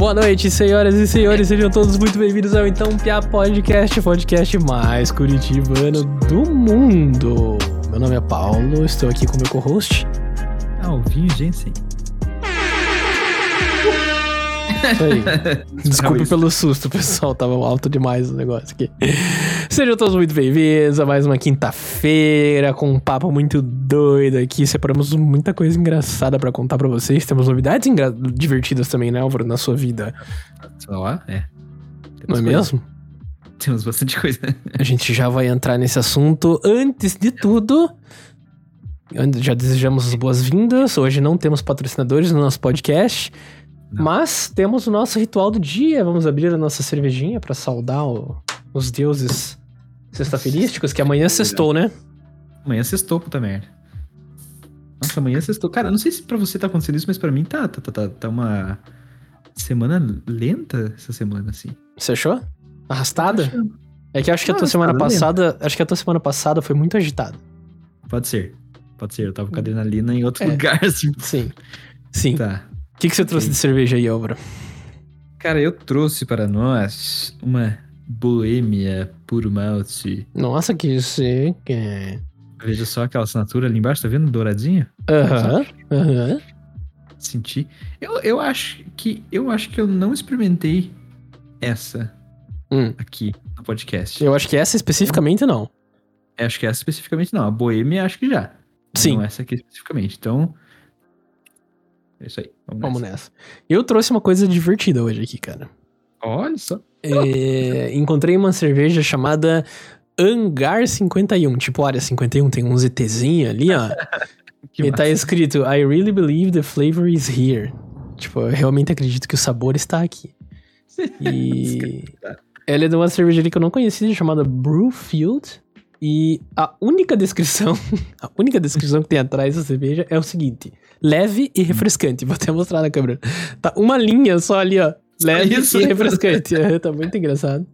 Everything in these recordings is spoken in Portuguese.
Boa noite, senhoras e senhores, sejam todos muito bem-vindos ao Então Piá Podcast, podcast mais curitibano do mundo. Meu nome é Paulo, estou aqui com meu co-host. Alvinho Jensen. Isso aí. Desculpe pelo susto, pessoal, tava alto demais o negócio aqui. Sejam todos muito bem-vindos a mais uma quinta-feira com um papo muito doido aqui. Separamos muita coisa engraçada pra contar pra vocês. Temos novidades divertidas também, né, Álvaro, na sua vida. Não é mesmo? Temos bastante coisa. A gente já vai entrar nesse assunto. Antes de tudo, já desejamos as boas-vindas. Hoje não temos patrocinadores no nosso podcast. Não. Mas temos o nosso ritual do dia. Vamos abrir a nossa cervejinha pra saudar os deuses sexta-feirísticos, que amanhã sextou, né? Amanhã sextou, puta merda. Nossa, amanhã sextou. Cara, não sei se pra você tá acontecendo isso, mas pra mim tá uma semana lenta essa semana, assim. Você achou? Arrastada? É que eu acho que a tua semana passada... Lenta. Acho que a tua semana passada foi muito agitada. Pode ser. Eu tava com a adrenalina em outro lugar, assim. Sim. Tá. O que você trouxe de cerveja aí, Álvaro? Cara, eu trouxe para nós uma Boêmia Puro Malte. Nossa, que chique. Veja só aquela assinatura ali embaixo, tá vendo? Douradinha? Aham. Senti. Eu acho que eu não experimentei essa aqui no podcast. Eu acho que essa especificamente não. Acho que essa especificamente não. A Boêmia acho que já. Sim. Não essa aqui especificamente. Então... é isso aí. Vamos nessa. Eu trouxe uma coisa divertida hoje aqui, cara. Olha só. Encontrei uma cerveja chamada Hangar 51. Tipo Área 51, tem um ZTzinho ali, ó. E tá escrito, I really believe the flavor is here. Tipo, eu realmente acredito que o sabor está aqui. E ela é de uma cervejaria que eu não conhecia, chamada Brewfield. E a única descrição que tem atrás da cerveja é o seguinte: leve e refrescante. Vou até mostrar na câmera. Tá uma linha só ali, ó. Leve e refrescante. Tá muito engraçado.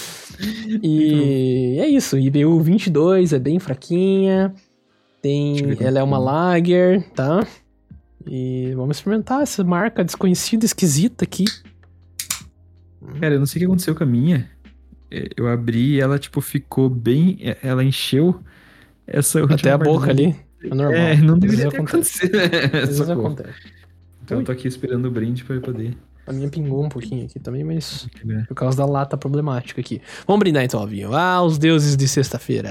E é isso. E veio 22, é bem fraquinha. Ela é uma lager, tá? E vamos experimentar essa marca desconhecida, esquisita aqui. Cara, eu não sei o que aconteceu com a minha. Eu abri e ela, tipo, ficou bem... Ela encheu essa última... Até a boca ali. É normal. Não deveria ter acontecido. Isso acontece. Então eu tô aqui esperando o brinde pra eu poder... A minha pingou um pouquinho aqui também, mas... por causa da lata problemática aqui. Vamos brindar então, Alvinho. Os deuses de sexta-feira.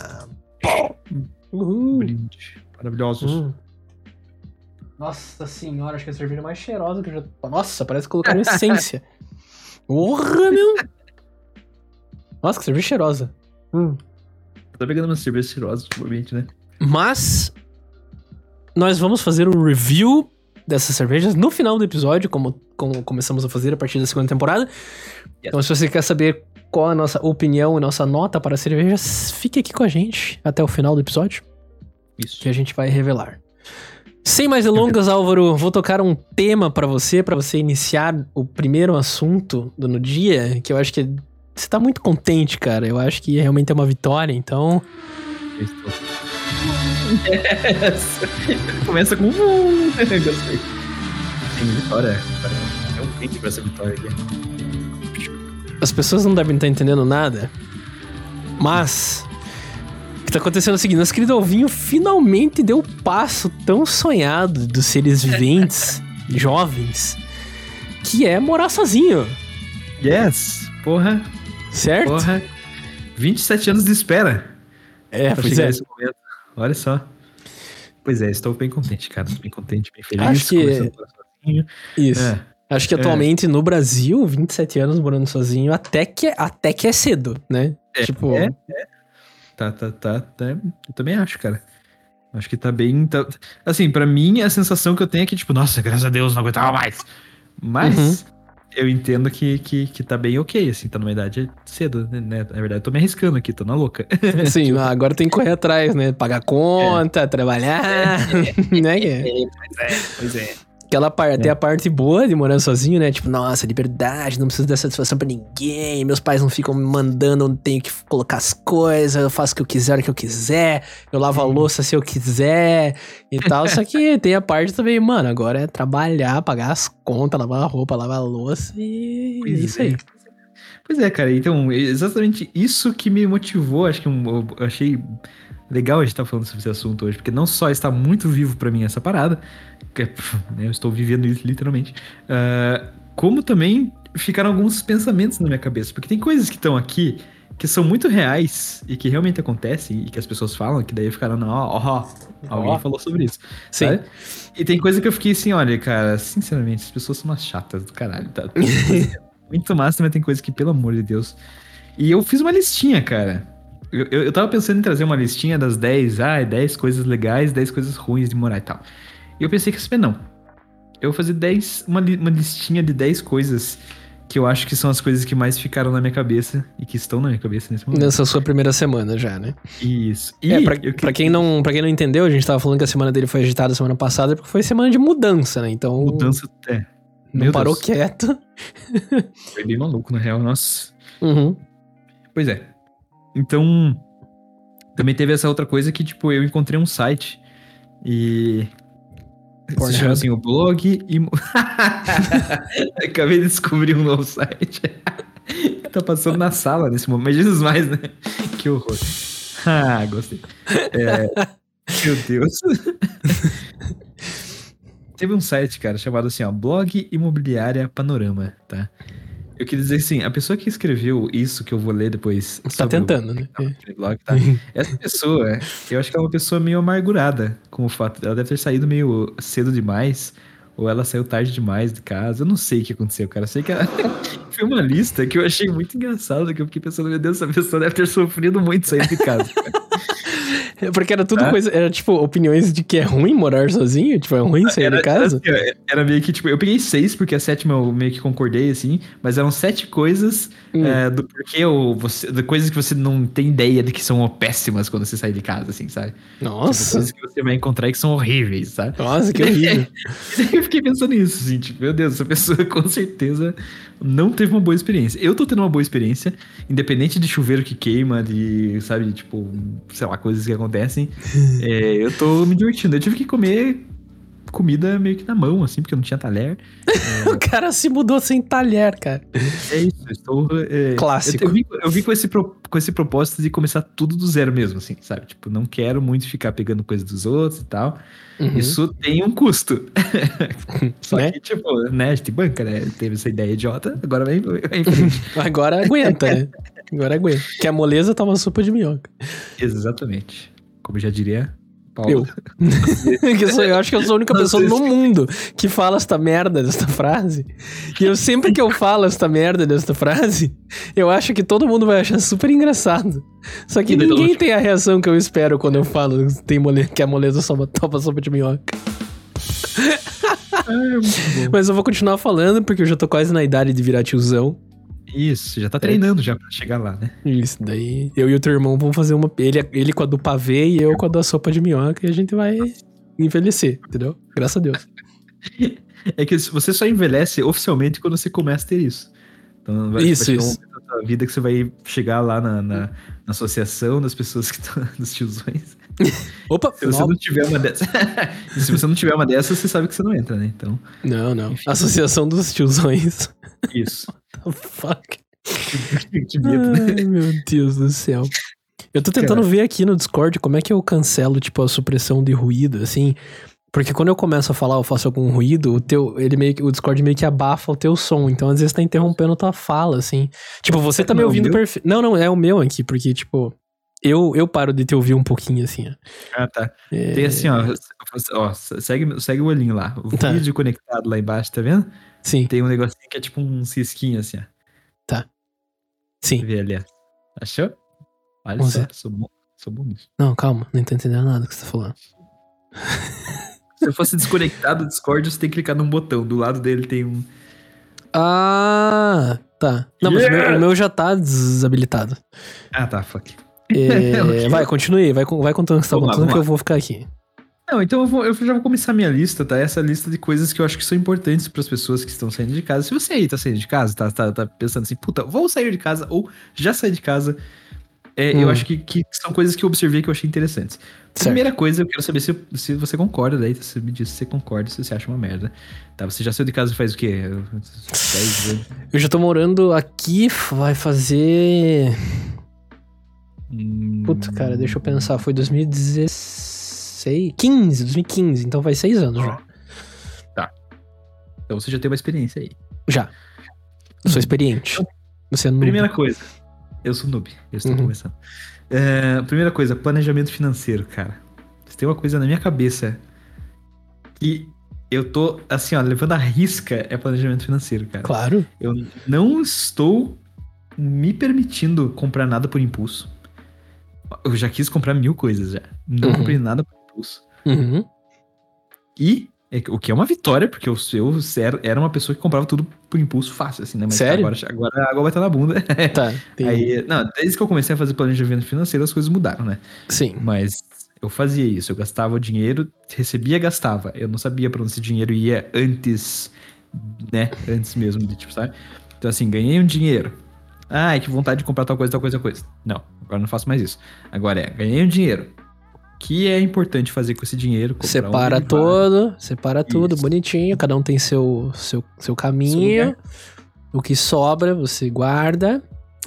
Uhul. Brinde. Maravilhosos. Nossa senhora, acho que é a cerveja mais cheirosa que eu já... Nossa, parece que colocaram essência. Porra, meu... Nossa, que cerveja cheirosa. Tá pegando uma cerveja cheirosa, ultimamente, né? Mas nós vamos fazer um review dessas cervejas no final do episódio, como começamos a fazer a partir da segunda temporada. Então, se você quer saber qual a nossa opinião e nossa nota para cervejas, fique aqui com a gente até o final do episódio. Isso. Que a gente vai revelar. Sem mais delongas, Álvaro, vou tocar um tema pra você iniciar o primeiro assunto no dia, que eu acho que você tá muito contente, cara. Eu acho que realmente é uma vitória, então... Eu estou... Começa com... Gostei. Tem vitória. É um print pra essa vitória aqui. As pessoas não devem estar entendendo nada, mas... o que tá acontecendo é o seguinte: nosso querido Alvinho finalmente deu o passo tão sonhado dos seres viventes, jovens, que é morar sozinho. Yes! Porra! Certo? Porra, 27 anos de espera. Pois é. Esse momento. Olha só. Pois é, estou bem contente, cara. Bem contente, bem feliz. Acho que... isso. Acho que atualmente no Brasil, 27 anos morando sozinho, até que é cedo, né? Tá. Eu também acho, cara. Acho que tá bem... Assim, pra mim, a sensação que eu tenho é que, tipo, nossa, graças a Deus, não aguentava mais. Mas... eu entendo que tá bem ok, assim, tá numa idade cedo, né? Na verdade, eu tô me arriscando aqui, tô na louca. Sim, agora tem que correr atrás, né? Pagar conta, trabalhar, né? Pois é. Tem a parte boa de morar sozinho, né? Tipo, nossa, liberdade, não preciso dar satisfação pra ninguém, meus pais não ficam me mandando onde tenho que colocar as coisas, eu faço o que eu quiser, o que eu quiser, eu lavo a louça se eu quiser e tal. Só que tem a parte também, mano, agora é trabalhar, pagar as contas, lavar a roupa, lavar a louça e isso aí. Pois é, cara, então, exatamente isso que me motivou, acho que eu achei legal a gente estar falando sobre esse assunto hoje, porque não só está muito vivo pra mim essa parada, que eu estou vivendo isso literalmente, como também ficaram alguns pensamentos na minha cabeça, porque tem coisas que estão aqui que são muito reais e que realmente acontecem e que as pessoas falam, que daí ficaram, alguém falou sobre isso, sim. Sabe? E tem coisa que eu fiquei assim, olha, cara, sinceramente, as pessoas são umas chatas do caralho, tá? Muito massa, mas tem coisa que, pelo amor de Deus. E eu fiz uma listinha, cara. Eu tava pensando em trazer uma listinha das 10 coisas legais, 10 coisas ruins de morar e tal. E eu pensei que não. Eu vou fazer uma listinha de 10 coisas que eu acho que são as coisas que mais ficaram na minha cabeça e que estão na minha cabeça nesse momento. Nessa sua primeira semana já, né? Isso. Pra quem não entendeu, a gente tava falando que a semana dele foi agitada semana passada porque foi semana de mudança, né? Então... Mudança, Não parou quieto. Foi bem maluco, na real, nossa. Uhum. Pois é. Então, também teve essa outra coisa que, tipo, eu encontrei um site e... Se chama assim, o blog e... Acabei de descobrir um novo site. Tá passando na sala nesse momento. Mas Jesus mais, né? Que horror. Gostei. Meu Deus. Teve um site, cara, chamado assim, ó, Blog Imobiliária Panorama, tá? Eu queria dizer assim, a pessoa que escreveu isso, que eu vou ler depois... Tá tentando, né? Blog, tá? Essa pessoa, eu acho que ela é uma pessoa meio amargurada com o fato... Ela deve ter saído meio cedo demais, ou ela saiu tarde demais de casa. Eu não sei o que aconteceu, cara. Eu sei que ela... Foi uma lista que eu achei muito engraçada, que eu fiquei pensando, meu Deus, essa pessoa deve ter sofrido muito saindo de casa, cara. Porque era tudo coisa... Era, tipo, opiniões de que é ruim morar sozinho? Tipo, é ruim sair de casa? Era meio que, tipo... Eu peguei 6, porque a 7ª eu meio que concordei, assim. Mas eram 7 coisas do porquê de coisas que você não tem ideia de que são péssimas quando você sai de casa, assim, sabe? Nossa! Tipo, coisas que você vai encontrar que são horríveis, sabe? Nossa, que horrível. Eu fiquei pensando nisso, assim, tipo... Meu Deus, essa pessoa com certeza não teve uma boa experiência. Eu tô tendo uma boa experiência, independente de chuveiro que queima, de, sabe, tipo... Sei lá, coisas que acontecem. Eu tô me divertindo. Eu tive que comer comida meio que na mão, assim, porque eu não tinha talher. O cara se mudou sem talher, cara. É isso, eu estou... Clássico. Eu vim com esse propósito de começar tudo do zero mesmo, assim, sabe? Tipo, não quero muito ficar pegando coisa dos outros e tal. Uhum. Isso tem um custo. Só que, tipo, né, a gente banca, né? Teve essa ideia idiota, agora vai em frente. Agora aguenta, né? Agora aguenta. Que a moleza toma sopa de minhoca. Exatamente. Como já diria... Paulo. Eu acho que eu sou a única pessoa no mundo que fala esta merda desta frase. E eu sempre que eu falo esta merda desta frase, eu acho que todo mundo vai achar super engraçado. Só que ninguém tem a reação que eu espero quando eu falo que a moleza topa sopa de minhoca. Mas eu vou continuar falando porque eu já tô quase na idade de virar tiozão. Isso, já tá treinando já pra chegar lá, né? Isso, daí eu e o teu irmão vamos fazer uma... Ele com a do pavê e eu com a da sopa de minhoca e a gente vai envelhecer, entendeu? Graças a Deus. É que você só envelhece oficialmente quando você começa a ter isso. Então vai chegar um momento da sua vida que você vai chegar lá na associação das pessoas que estão... dos tiozões. Opa! Se você não tiver uma dessas... Se você não tiver uma dessas, você sabe que você não entra, né? Então... Não. Enfim. Associação dos tiozões. Isso. Fuck. Ai, meu Deus do céu. Eu tô tentando ver aqui no Discord como é que eu cancelo, tipo, a supressão de ruído, assim. Porque quando eu começo a falar, eu faço algum ruído, o Discord meio que abafa o teu som. Então, às vezes, tá interrompendo tua fala, assim. Tipo, você tá me ouvindo perfeito. Não, é o meu aqui, porque, tipo... Eu paro de te ouvir um pouquinho, assim, ó. Ah, tá. Tem assim, ó, segue o olhinho lá. O vídeo conectado lá embaixo, tá vendo? Sim. Tem um negocinho que é tipo um cisquinho, assim, ó. Tá. Sim. Vê ali, ó. Achou? Olha só, sou bom nisso. Não, calma, não tô entendendo nada que você tá falando. Se eu fosse desconectado do Discord, você tem que clicar num botão. Do lado dele tem um... Ah, tá. Não, mas o meu já tá desabilitado. Ah, tá, fuck. Vai, continue. Vai contando o que você tá contando que eu vou ficar aqui. Não, então eu já vou começar a minha lista, tá? Essa lista de coisas que eu acho que são importantes para as pessoas que estão saindo de casa. Se você aí tá saindo de casa, tá pensando assim, puta, vou sair de casa ou já saí de casa, eu acho que são coisas que eu observei que eu achei interessantes. Primeira coisa, eu quero saber se você concorda, daí você me diz se você concorda, se você acha uma merda. Tá, você já saiu de casa faz o quê? 10 anos? Eu já tô morando aqui, vai fazer... Puta, cara, deixa eu pensar, foi 2015, então faz 6 anos já. Tá. Então você já tem uma experiência aí. Já. Eu sou experiente. Você é noob. Primeira coisa, eu sou noob, eu estou começando. Primeira coisa, planejamento financeiro, cara. Se tem uma coisa na minha cabeça que eu tô, assim, ó, levando a risca, é planejamento financeiro, cara. Claro. Eu não estou me permitindo comprar nada por impulso. Eu já quis comprar 1000 coisas já. Não comprei nada por impulso. E, o que é uma vitória, porque eu era uma pessoa que comprava tudo por impulso fácil, assim, né? Mas sério? Agora a água vai estar na bunda. Tá. Aí, não, desde que eu comecei a fazer planejamento financeiro, as coisas mudaram, né? Sim. Mas eu fazia isso, eu gastava o dinheiro, recebia, gastava. Eu não sabia pra onde esse dinheiro ia antes, né? Antes mesmo de, tipo, sabe? Então, assim, ganhei um dinheiro. Ai, que vontade de comprar tal coisa, tal coisa, tal coisa. Não, agora não faço mais isso. Agora ganhei um dinheiro. O que é importante fazer com esse dinheiro? Separa tudo, bonitinho. Cada um tem seu caminho. O que sobra, você guarda.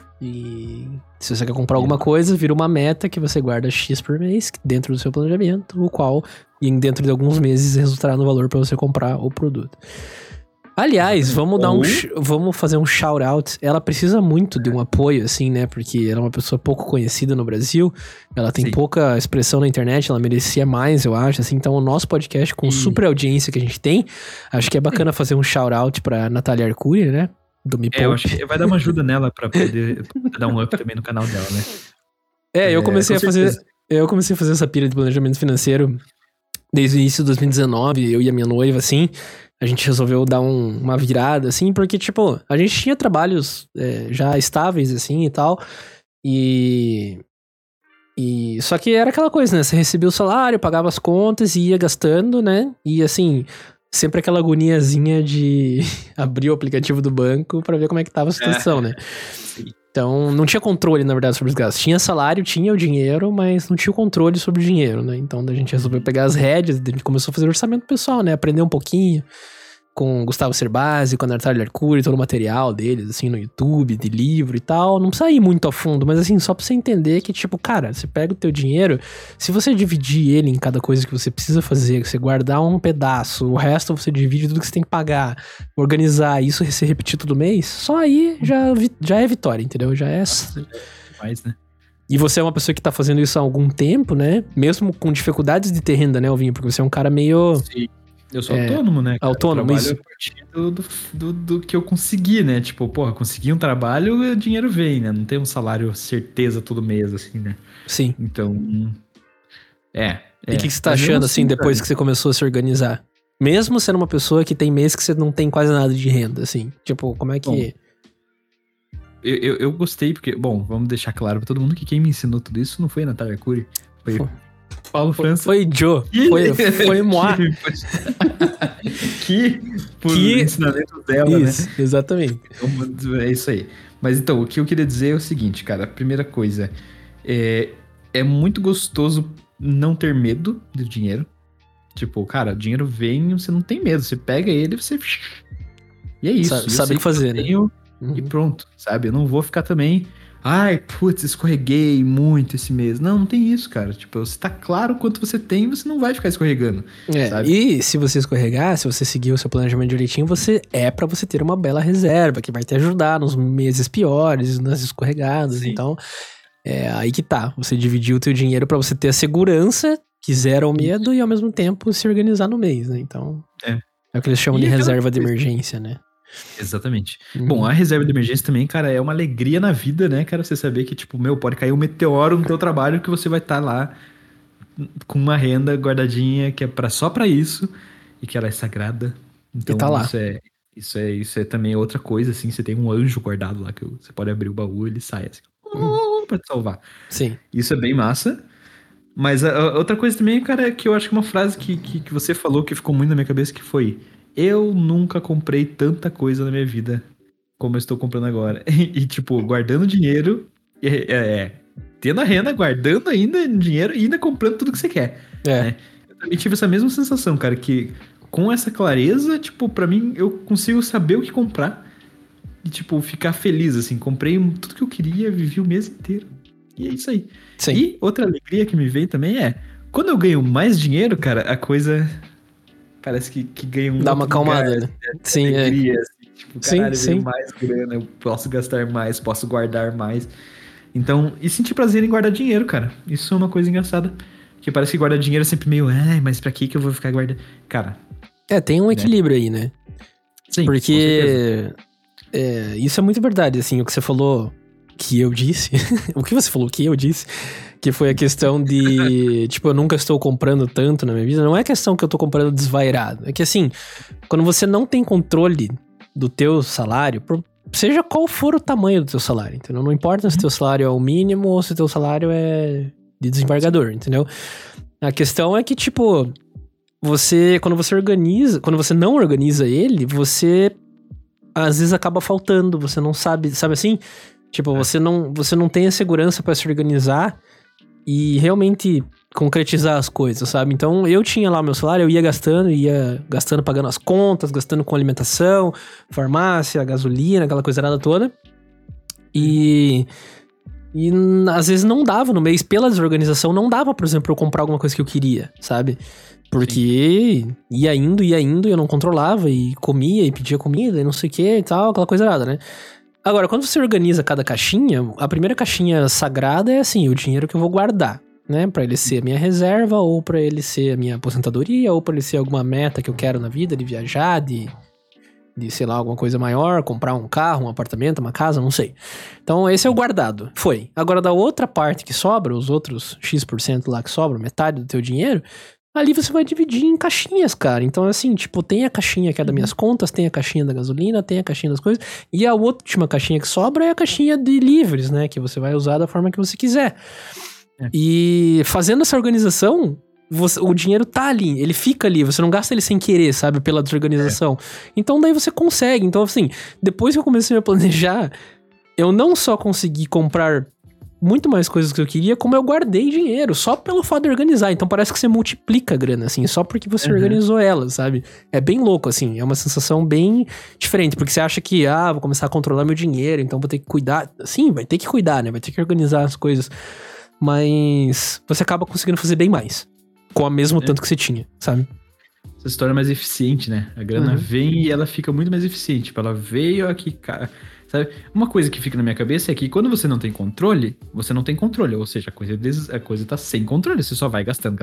E se você quer comprar alguma coisa, vira uma meta que você guarda X por mês dentro do seu planejamento, o qual, dentro de alguns meses, resultará no valor para você comprar o produto. Aliás, vamos fazer um shout-out. Ela precisa muito de um apoio, assim, né? Porque ela é uma pessoa pouco conhecida no Brasil. Ela tem pouca expressão na internet. Ela merecia mais, eu acho, assim. Então, o nosso podcast, com super audiência que a gente tem, acho que é bacana fazer um shout-out pra Natália Arcuri, né? Do Me Poupe. Eu acho que vai dar uma ajuda nela pra poder dar um up também no canal dela, né? Eu comecei a fazer essa pira de planejamento financeiro desde o início de 2019, eu e a minha noiva, assim. A gente resolveu dar uma virada, assim, porque, tipo, a gente tinha trabalhos já estáveis, assim, e tal. E só que era aquela coisa, né? Você recebia o salário, pagava as contas e ia gastando, né? E, assim, sempre aquela agoniazinha de abrir o aplicativo do banco pra ver como é que tava a situação, né? Sim. Então, não tinha controle, na verdade, sobre os gastos. Tinha salário, tinha o dinheiro, mas não tinha o controle sobre o dinheiro, né? Então, a gente resolveu pegar as rédeas, a gente começou a fazer orçamento pessoal, né? Aprender um pouquinho com o Gustavo Cerbasi, com a Natália Arcuri, todo o material deles, assim, no YouTube, de livro e tal. Não precisa ir muito a fundo, mas, assim, só pra você entender que, tipo, cara, você pega o teu dinheiro, se você dividir ele em cada coisa que você precisa fazer, você guardar um pedaço, o resto você divide tudo que você tem que pagar, organizar, isso você repetir todo mês, só aí já é vitória, entendeu? Já é... Mais, né? E você é uma pessoa que tá fazendo isso há algum tempo, né? Mesmo com dificuldades de ter renda, né, Alvinho? Porque você é um cara meio... Sim. Eu sou autônomo, né? Cara? Autônomo, isso. Eu trabalho a partir do que eu consegui, né? Tipo, porra, consegui um trabalho, o dinheiro vem, né? Não tem um salário certeza todo mês, assim, né? Sim. Então, E o que você tá achando, assim, depois que você começou a se organizar? Mesmo sendo uma pessoa que tem mês que você não tem quase nada de renda, assim. Tipo, como é que... Bom, eu gostei, porque... Bom, vamos deixar claro pra todo mundo que quem me ensinou tudo isso não foi a Natália Arcuri, foi Paulo França. Foi Joe. Foi moi. Por ensinamento dela, isso, né? Exatamente. Então, é isso aí. Mas então, o que eu queria dizer é o seguinte, cara. A primeira coisa, é muito gostoso não ter medo do dinheiro. Tipo, cara, o dinheiro vem, você não tem medo. Você pega ele e você... E é isso. Sabe o que fazer, né? E pronto, sabe? Eu não vou ficar também... Ai, putz, escorreguei muito esse mês. Não tem isso, cara. Tipo, você tá claro quanto você tem, você não vai ficar escorregando. Sabe? E se você escorregar, se você seguir o seu planejamento direitinho, pra você ter uma bela reserva, que vai te ajudar nos meses piores, nas escorregadas. Sim. Então, aí que tá. Você dividir o teu dinheiro pra você ter a segurança, que zera o medo e ao mesmo tempo se organizar no mês, né? Então, é o que eles chamam de reserva de emergência, né? Exatamente. Bom, a reserva de emergência também, cara, é uma alegria na vida, né, cara? Você saber que, tipo, pode cair um meteoro no teu trabalho que você vai estar lá com uma renda guardadinha que é só pra isso e que ela é sagrada. Então, e tá lá. Isso é também outra coisa, assim, você tem um anjo guardado lá que você pode abrir o baú e ele sai, assim, pra te salvar. Sim. Isso é bem massa. Mas a outra coisa também, cara, que eu acho que uma frase que você falou que ficou muito na minha cabeça, que foi: eu nunca comprei tanta coisa na minha vida como eu estou comprando agora. E tipo, guardando dinheiro, tendo a renda, guardando ainda dinheiro e ainda comprando tudo que você quer. Né? Eu também tive essa mesma sensação, cara, que com essa clareza, tipo, pra mim, eu consigo saber o que comprar e, tipo, ficar feliz, assim. Comprei tudo que eu queria, vivi o mês inteiro. E é isso aí. Sim. E outra alegria que me veio também é, quando eu ganho mais dinheiro, cara, a coisa parece que ganha um dá uma acalmada, né? Sim, alegria, assim, tipo, caralho, eu ganho mais grana, eu posso gastar mais, posso guardar mais. Então, e sentir prazer em guardar dinheiro, cara. Isso é uma coisa engraçada. Que parece que guardar dinheiro é sempre meio, mas pra que eu vou ficar guardando? Cara... tem um equilíbrio aí, né? Sim, porque isso é muito verdade, assim, o que você falou que eu disse, o que você falou que eu disse, que foi a questão de, tipo, eu nunca estou comprando tanto na minha vida, não é questão que eu tô comprando desvairado, é que assim, quando você não tem controle do teu salário, seja qual for o tamanho do teu salário, entendeu? Não importa se o teu salário é o mínimo ou se o teu salário é de desembargador, entendeu? A questão é que, tipo... quando você não organiza ele, você às vezes acaba faltando, você não sabe assim? Tipo, você não tem a segurança pra se organizar e realmente concretizar as coisas, sabe? Então, eu tinha lá o meu salário, eu ia gastando pagando as contas, gastando com alimentação, farmácia, gasolina, aquela coisa nada toda. E às vezes não dava no mês, pela desorganização, não dava, por exemplo, eu comprar alguma coisa que eu queria, sabe? Porque ia indo, e eu não controlava, e comia, e pedia comida, e não sei o que e tal, aquela coisa nada, né? Agora, quando você organiza cada caixinha, a primeira caixinha sagrada é assim, o dinheiro que eu vou guardar, né? Pra ele ser a minha reserva, ou pra ele ser a minha aposentadoria, ou pra ele ser alguma meta que eu quero na vida, de viajar, de sei lá, alguma coisa maior, comprar um carro, um apartamento, uma casa, não sei. Então, esse é o guardado. Foi. Agora, da outra parte que sobra, os outros X% lá que sobra, metade do teu dinheiro, ali você vai dividir em caixinhas, cara. Então, assim, tipo, tem a caixinha que é das minhas contas, tem a caixinha da gasolina, tem a caixinha das coisas, e a última caixinha que sobra é a caixinha de livres, né? Que você vai usar da forma que você quiser. E fazendo essa organização... o dinheiro tá ali, ele fica ali, você não gasta ele sem querer, sabe, pela desorganização. Então daí você consegue. Então assim, depois que eu comecei a planejar, eu não só consegui comprar muito mais coisas que eu queria, como eu guardei dinheiro, só pelo fato de organizar. Então parece que você multiplica a grana, assim, só porque você organizou ela, sabe? É bem louco, assim, é uma sensação bem diferente, porque você acha que, vou começar a controlar meu dinheiro, então vou ter que cuidar. Sim, vai ter que cuidar, né, vai ter que organizar as coisas, mas você acaba conseguindo fazer bem mais. Com o mesmo tanto que você tinha, sabe? Essa história é mais eficiente, né? A grana vem e ela fica muito mais eficiente. Tipo, ela veio aqui, cara. Sabe? Uma coisa que fica na minha cabeça é que quando você não tem controle, você não tem controle. Ou seja, a coisa tá sem controle. Você só vai gastando.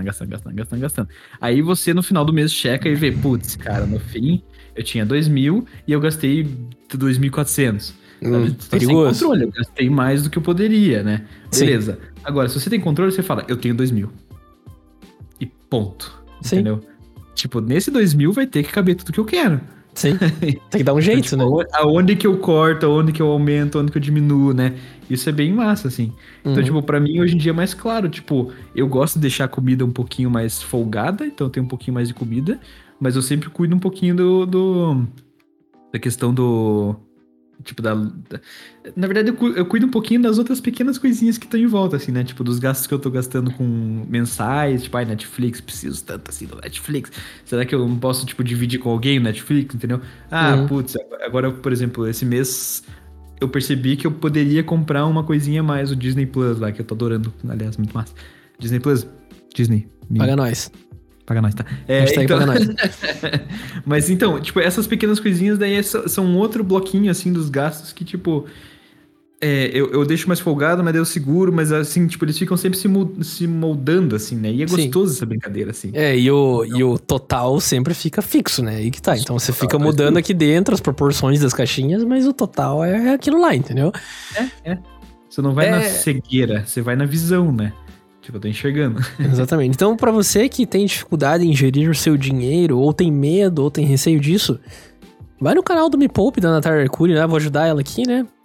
Aí você no final do mês checa e vê, putz, cara, no fim eu tinha 2.000 e eu gastei 2.400. Tá sem controle, eu gastei mais do que eu poderia, né? Beleza. Sim. Agora, se você tem controle, você fala, eu tenho 2.000. E ponto. Sim. Entendeu? Tipo, nesse 2.000 vai ter que caber tudo que eu quero. Sim. Tem que dar um jeito, então, tipo, né? Aonde que eu corto, aonde que eu aumento, aonde que eu diminuo, né? Isso é bem massa, assim. Então, tipo, pra mim, hoje em dia é mais claro. Tipo, eu gosto de deixar a comida um pouquinho mais folgada, então eu tenho um pouquinho mais de comida, mas eu sempre cuido um pouquinho da questão do... Tipo, na verdade, eu cuido um pouquinho das outras pequenas coisinhas que estão em volta, assim, né? Tipo, dos gastos que eu tô gastando com mensais, tipo, Netflix, preciso tanto assim do Netflix. Será que eu não posso, tipo, dividir com alguém o Netflix, entendeu? Putz, agora, por exemplo, esse mês eu percebi que eu poderia comprar uma coisinha a mais, o Disney Plus lá, que eu tô adorando. Aliás, muito massa. Disney Plus, Disney. Paga nós. Paga nós, tá? Então... Paga nós. Mas então, tipo, essas pequenas coisinhas daí são um outro bloquinho, assim, dos gastos que, tipo... eu deixo mais folgado, mas daí eu seguro, mas assim, tipo, eles ficam sempre se moldando, assim, né? E é gostoso essa brincadeira, assim. E o total sempre fica fixo, né? Aí que tá. Então você fica mudando aqui dentro as proporções das caixinhas, mas o total é aquilo lá, entendeu? Você não vai na cegueira, você vai na visão, né? Tipo, eu tô enxergando. Exatamente. Então, pra você que tem dificuldade em gerir o seu dinheiro, ou tem medo, ou tem receio disso, vai no canal do Me Poupe, da Natália Arcuri, né? Vou ajudar ela aqui, né?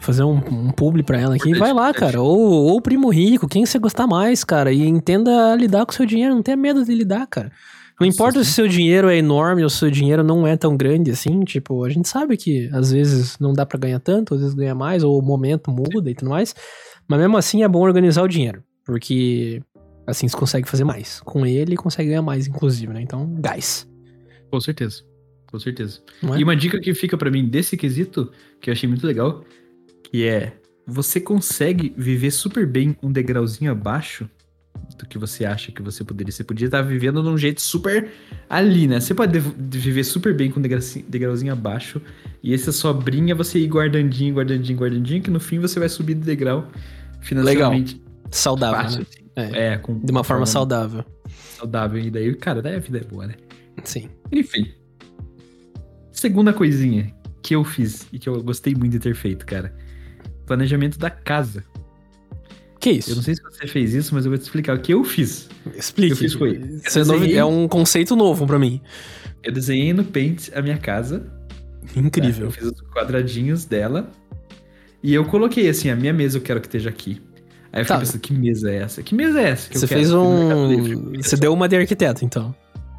fazer um publi pra ela aqui. Vai lá, cara. Ou primo rico, quem você gostar mais, cara. E entenda lidar com o seu dinheiro. Não tenha medo de lidar, cara. Não importa se o seu dinheiro é enorme ou se o seu dinheiro não é tão grande assim. Tipo, a gente sabe que às vezes não dá pra ganhar tanto, às vezes ganha mais, ou o momento muda e tudo mais. Mas mesmo assim é bom organizar o dinheiro. Porque assim você consegue fazer mais. Com ele consegue ganhar mais, inclusive, né? Então, gás. Com certeza. Com certeza. Não é? E uma dica que fica pra mim desse quesito, que eu achei muito legal, que é, você consegue viver super bem um degrauzinho abaixo do que você acha que você poderia. Você podia estar vivendo de um jeito super ali, né? Você pode viver super bem com um degrauzinho abaixo, e essa sobrinha você ir guardandinho, que no fim você vai subir de degrau financeiramente. Legal. Saudável, fácil, né? assim. De uma forma saudável. Saudável. E daí, cara, daí a vida é boa, né? Sim. Enfim. Segunda coisinha que eu fiz e que eu gostei muito de ter feito, cara. Planejamento da casa. Que isso? Eu não sei se você fez isso, mas eu vou te explicar o que eu fiz. Explique. O que eu fiz foi... É um conceito novo pra mim. Eu desenhei no Paint a minha casa. Incrível. Eu fiz os quadradinhos dela. E eu coloquei assim, a minha mesa eu quero que esteja aqui. Aí eu fiquei pensando, que mesa é essa? Que mesa é essa? Que você fez Você deu uma de arquiteto, então.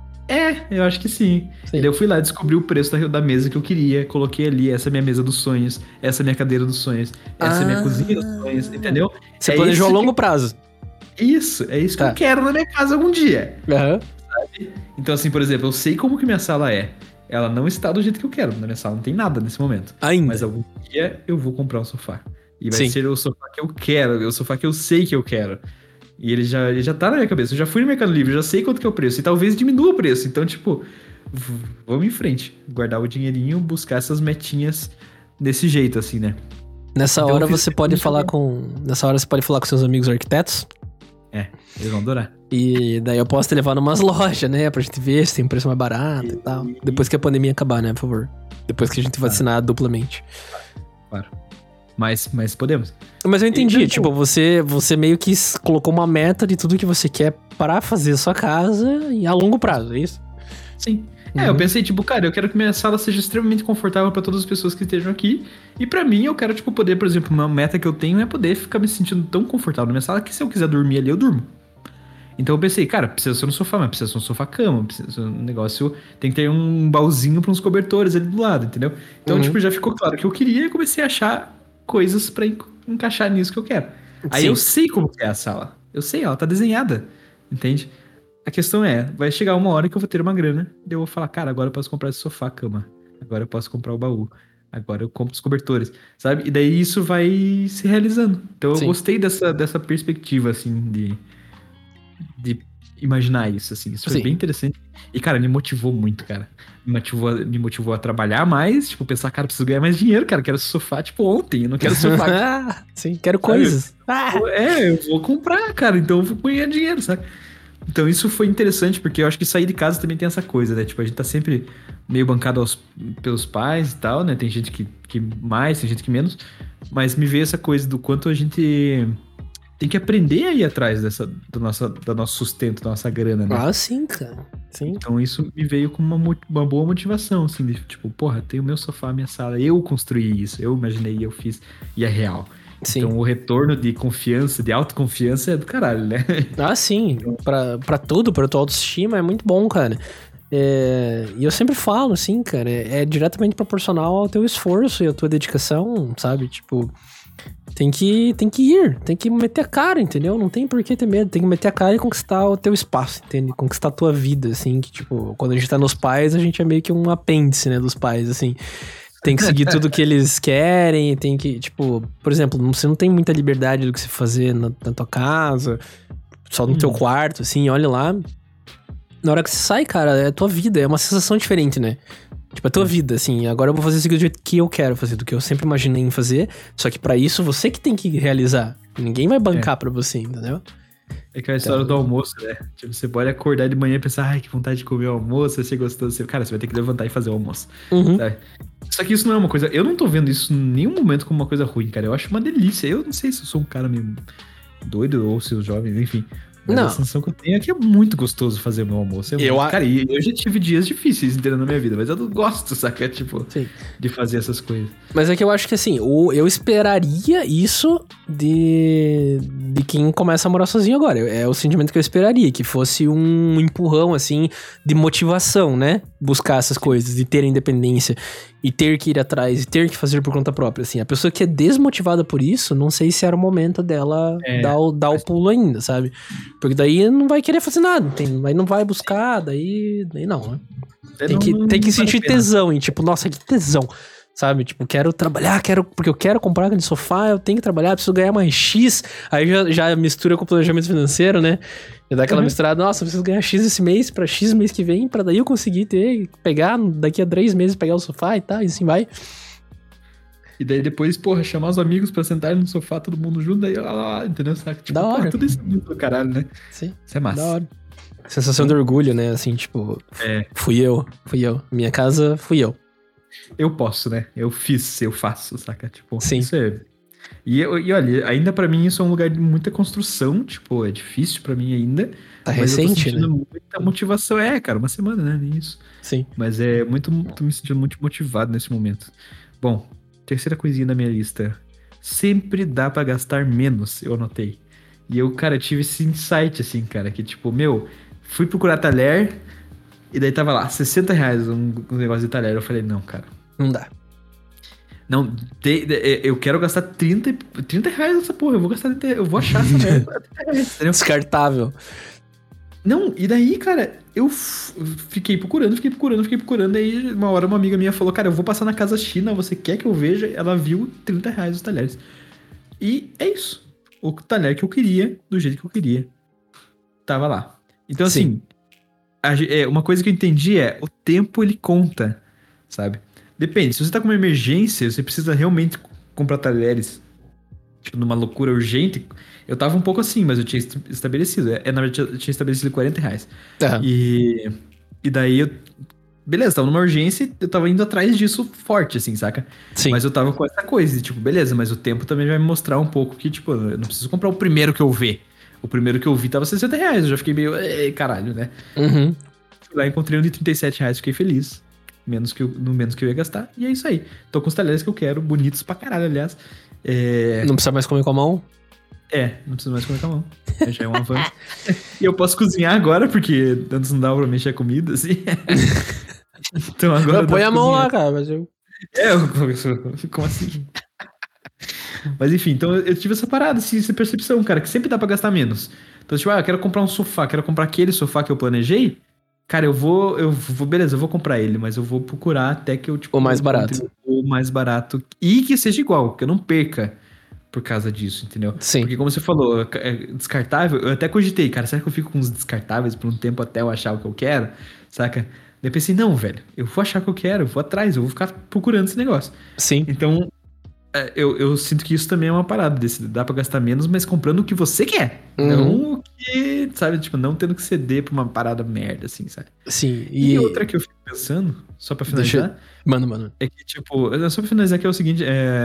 Eu acho que sim. E daí eu fui lá, descobri o preço da mesa que eu queria, coloquei ali, essa é a minha mesa dos sonhos, essa é a minha cadeira dos sonhos, essa é a minha cozinha dos sonhos, entendeu? Você planejou a longo prazo. Isso, é isso que eu quero na minha casa algum dia. Sabe? Então assim, por exemplo, eu sei como que minha sala é. Ela não está do jeito que eu quero, na minha sala não tem nada nesse momento. Ainda. Mas algum dia eu vou comprar um sofá. E vai ser o sofá que eu quero, o sofá que eu sei que eu quero. E ele já tá na minha cabeça. Eu já fui no Mercado Livre, já sei quanto que é o preço. E talvez diminua o preço. Então, tipo, vamos em frente. Guardar o dinheirinho, buscar essas metinhas desse jeito, assim, né? Nessa então, hora você pode falar com... Nessa hora você pode falar com seus amigos arquitetos. Eles vão adorar. E daí eu posso te levar numas lojas, né? Pra gente ver se tem um preço mais barato e tal. Depois que a pandemia acabar, né? Por favor. Depois que a gente vacinar duplamente. Claro. Mas podemos. Mas eu entendi, então, tipo, você meio que colocou uma meta de tudo que você quer para fazer a sua casa e a longo prazo, é isso? Sim. Eu pensei, tipo, cara, eu quero que minha sala seja extremamente confortável para todas as pessoas que estejam aqui. E pra mim, eu quero, tipo, poder, por exemplo, uma meta que eu tenho é poder ficar me sentindo tão confortável na minha sala que se eu quiser dormir ali, eu durmo. Então eu pensei, cara, precisa ser um sofá, mas precisa ser um sofá-cama, precisa ser um negócio... Tem que ter um baúzinho para uns cobertores ali do lado, entendeu? Então, tipo, já ficou claro o que eu queria e comecei a achar coisas pra encaixar nisso que eu quero. Aí eu sei como é a sala. Eu sei, ela tá desenhada, entende? A questão é, vai chegar uma hora que eu vou ter uma grana, e eu vou falar, cara, agora eu posso comprar esse sofá, cama. Agora eu posso comprar o baú. Agora eu compro os cobertores, sabe? E daí isso vai se realizando. Então eu gostei dessa perspectiva, assim, de imaginar isso, assim. Isso foi bem interessante. E, cara, me motivou muito, cara. Me motivou a trabalhar mais, tipo, pensar, cara, preciso ganhar mais dinheiro, cara. Quero esse sofá, tipo, ontem. Eu não quero sofá. Sim, quero coisas. Eu vou comprar, cara. Então eu vou ganhar dinheiro, sabe? Então isso foi interessante, porque eu acho que sair de casa também tem essa coisa, né? Tipo, a gente tá sempre meio bancado pelos pais e tal, né? Tem gente que mais, tem gente que menos. Mas me veio essa coisa do quanto a gente... tem que aprender a ir atrás do nosso sustento, da nossa grana, né? Sim, cara. Sim. Então isso me veio com uma boa motivação, assim, de tipo, porra, tem o meu sofá, a minha sala, eu construí isso, eu imaginei, eu fiz, e é real. Sim. Então o retorno de confiança, de autoconfiança é do caralho, né? Sim. Pra tudo, pra tua autoestima, é muito bom, cara. E eu sempre falo, assim, cara, é diretamente proporcional ao teu esforço e à tua dedicação, sabe? Tipo... Tem que ir, tem que meter a cara, entendeu? Não tem por que ter medo, tem que meter a cara e conquistar o teu espaço, entende? Conquistar a tua vida, assim, que tipo, quando a gente tá nos pais, a gente é meio que um apêndice, né, dos pais, assim. Tem que seguir tudo que eles querem, tem que, tipo, por exemplo, você não tem muita liberdade do que você fazer na tua casa, só no teu quarto, assim, olha lá. Na hora que você sai, cara, é a tua vida, é uma sensação diferente, né? Tipo, a tua vida, assim, agora eu vou fazer isso do jeito que eu quero fazer, do que eu sempre imaginei em fazer, só que pra isso você que tem que realizar. Ninguém vai bancar pra você, entendeu? É aquela história do almoço, né? Tipo, você pode acordar de manhã e pensar, ai, que vontade de comer o almoço, você gostou, cara, você vai ter que levantar e fazer o almoço. Sabe? Só que isso não é uma coisa, eu não tô vendo isso em nenhum momento como uma coisa ruim, cara, eu acho uma delícia. Eu não sei se eu sou um cara meio doido ou se eu jovem, enfim. Mas a sensação que eu tenho é que é muito gostoso fazer o meu almoço. Cara, e eu já tive dias difíceis, entendeu, na minha vida, mas eu não gosto, saca? Tipo, sim, de fazer essas coisas. Mas é que eu acho que, assim, eu esperaria isso de quem começa a morar sozinho agora. É o sentimento que eu esperaria, que fosse um empurrão, assim, de motivação, né? Buscar essas coisas, de ter independência e ter que ir atrás, e ter que fazer por conta própria, assim. A pessoa que é desmotivada por isso, não sei se era o momento dela dar o pulo ainda, sabe? Porque daí não vai querer fazer nada, aí não vai buscar, daí não, né? Tem que sentir tesão, em tipo, nossa, que tesão. Sabe? Tipo, quero trabalhar, porque eu quero comprar aquele sofá, eu tenho que trabalhar, preciso ganhar mais X. Aí já mistura com o planejamento financeiro, né? Já dá aquela misturada, nossa, eu preciso ganhar X esse mês pra X mês que vem, pra daí eu conseguir pegar daqui a 3 meses, pegar o sofá e tal, e assim vai. E daí depois, porra, chamar os amigos pra sentarem no sofá, todo mundo junto, daí lá, entendeu? Sabe? Tipo, da hora. Porra, tudo isso do caralho, né? Sim. Isso é massa. Da hora. Sensação de orgulho, né? Assim, tipo, fui eu. Minha casa, fui eu. Eu posso, né? Eu faço, saca? Tipo, sim. Isso é... E olha, ainda pra mim isso é um lugar de muita construção, tipo, é difícil pra mim ainda. Tá recente, eu tô sentindo, né? Muita motivação. Cara, uma semana, né? Nem isso. Sim. Mas tô me sentindo muito motivado nesse momento. Bom, terceira coisinha da minha lista. Sempre dá pra gastar menos, eu anotei. E eu, cara, tive esse insight, assim, cara, que tipo, fui procurar talher e daí tava lá, R$60 um negócio de talher. Eu falei, não, cara. Não dá. Não, eu quero gastar R$30 nessa porra. Eu vou achar essa merda. Descartável. Não, e daí, cara, eu fiquei procurando. Aí uma hora uma amiga minha falou, cara, eu vou passar na Casa China, você quer que eu veja? Ela viu R$30 os talheres. E é isso. O talher que eu queria, do jeito que eu queria, tava lá. Então, assim, uma coisa que eu entendi o tempo ele conta, sabe? Depende, se você tá com uma emergência, você precisa realmente comprar talheres, tipo, numa loucura urgente. Eu tava um pouco assim, mas eu tinha estabelecido. Na verdade, eu tinha estabelecido R$40. Uhum. E daí beleza, tava numa urgência, eu tava indo atrás disso forte, assim, saca? Sim. Mas eu tava com essa coisa, tipo, beleza, mas o tempo também vai me mostrar um pouco que, tipo, eu não preciso comprar o primeiro que eu ver. O primeiro que eu vi tava R$60, eu já fiquei meio, caralho, né? Uhum. Fui lá, encontrei um de R$37, fiquei feliz. No menos que eu ia gastar, e é isso aí. Tô com os talheres que eu quero, bonitos pra caralho, aliás. Não precisa mais comer com a mão? Não preciso mais comer com a mão. Já é um avanço. E eu posso cozinhar agora, porque antes não dava pra mexer a comida, assim. Então agora. Põe a mão lá, cara, mas eu. Como assim? Mas enfim, então eu tive essa parada, essa percepção, cara, que sempre dá pra gastar menos. Então, tipo, eu quero comprar um sofá, quero comprar aquele sofá que eu planejei. Cara, beleza, eu vou comprar ele, mas eu vou procurar até que eu, tipo... O mais barato. O mais barato. E que seja igual, que eu não perca por causa disso, entendeu? Sim. Porque como você falou, descartável, eu até cogitei, cara, será que eu fico com os descartáveis por um tempo até eu achar o que eu quero? Saca? Daí eu pensei, não, velho, eu vou achar o que eu quero, eu vou atrás, eu vou ficar procurando esse negócio. Sim. Então, eu sinto que isso também é uma parada, dá pra gastar menos, mas comprando o que você quer. Não o que, sabe, tipo, não tendo que ceder pra uma parada merda, assim, sabe? Sim. E outra que eu fico pensando, só pra finalizar... Mano. É que, tipo, só pra finalizar que é o seguinte,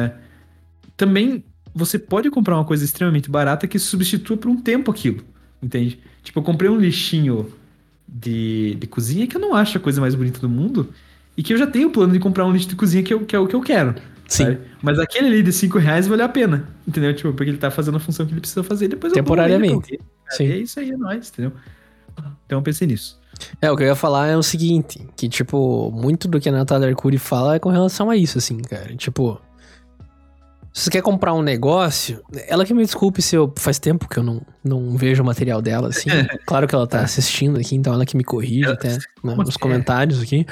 também você pode comprar uma coisa extremamente barata que substitua por um tempo aquilo, entende? Tipo, eu comprei um lixinho de cozinha que eu não acho a coisa mais bonita do mundo e que eu já tenho o plano de comprar um lixo de cozinha que é o que eu quero. Sim. Sabe? Mas aquele ali de R$5 valeu a pena, entendeu? Tipo, porque ele tá fazendo a função que ele precisa fazer, depois temporariamente. Sim. E é isso aí, é nóis, entendeu? Então eu pensei nisso. O que eu ia falar é o seguinte, que, tipo, muito do que a Natália Arcuri fala é com relação a isso, assim, cara. Tipo, se você quer comprar um negócio, ela que me desculpe se faz tempo que eu não vejo o material dela, assim. Claro que ela tá assistindo aqui, então ela que me corrige até nos comentários aqui.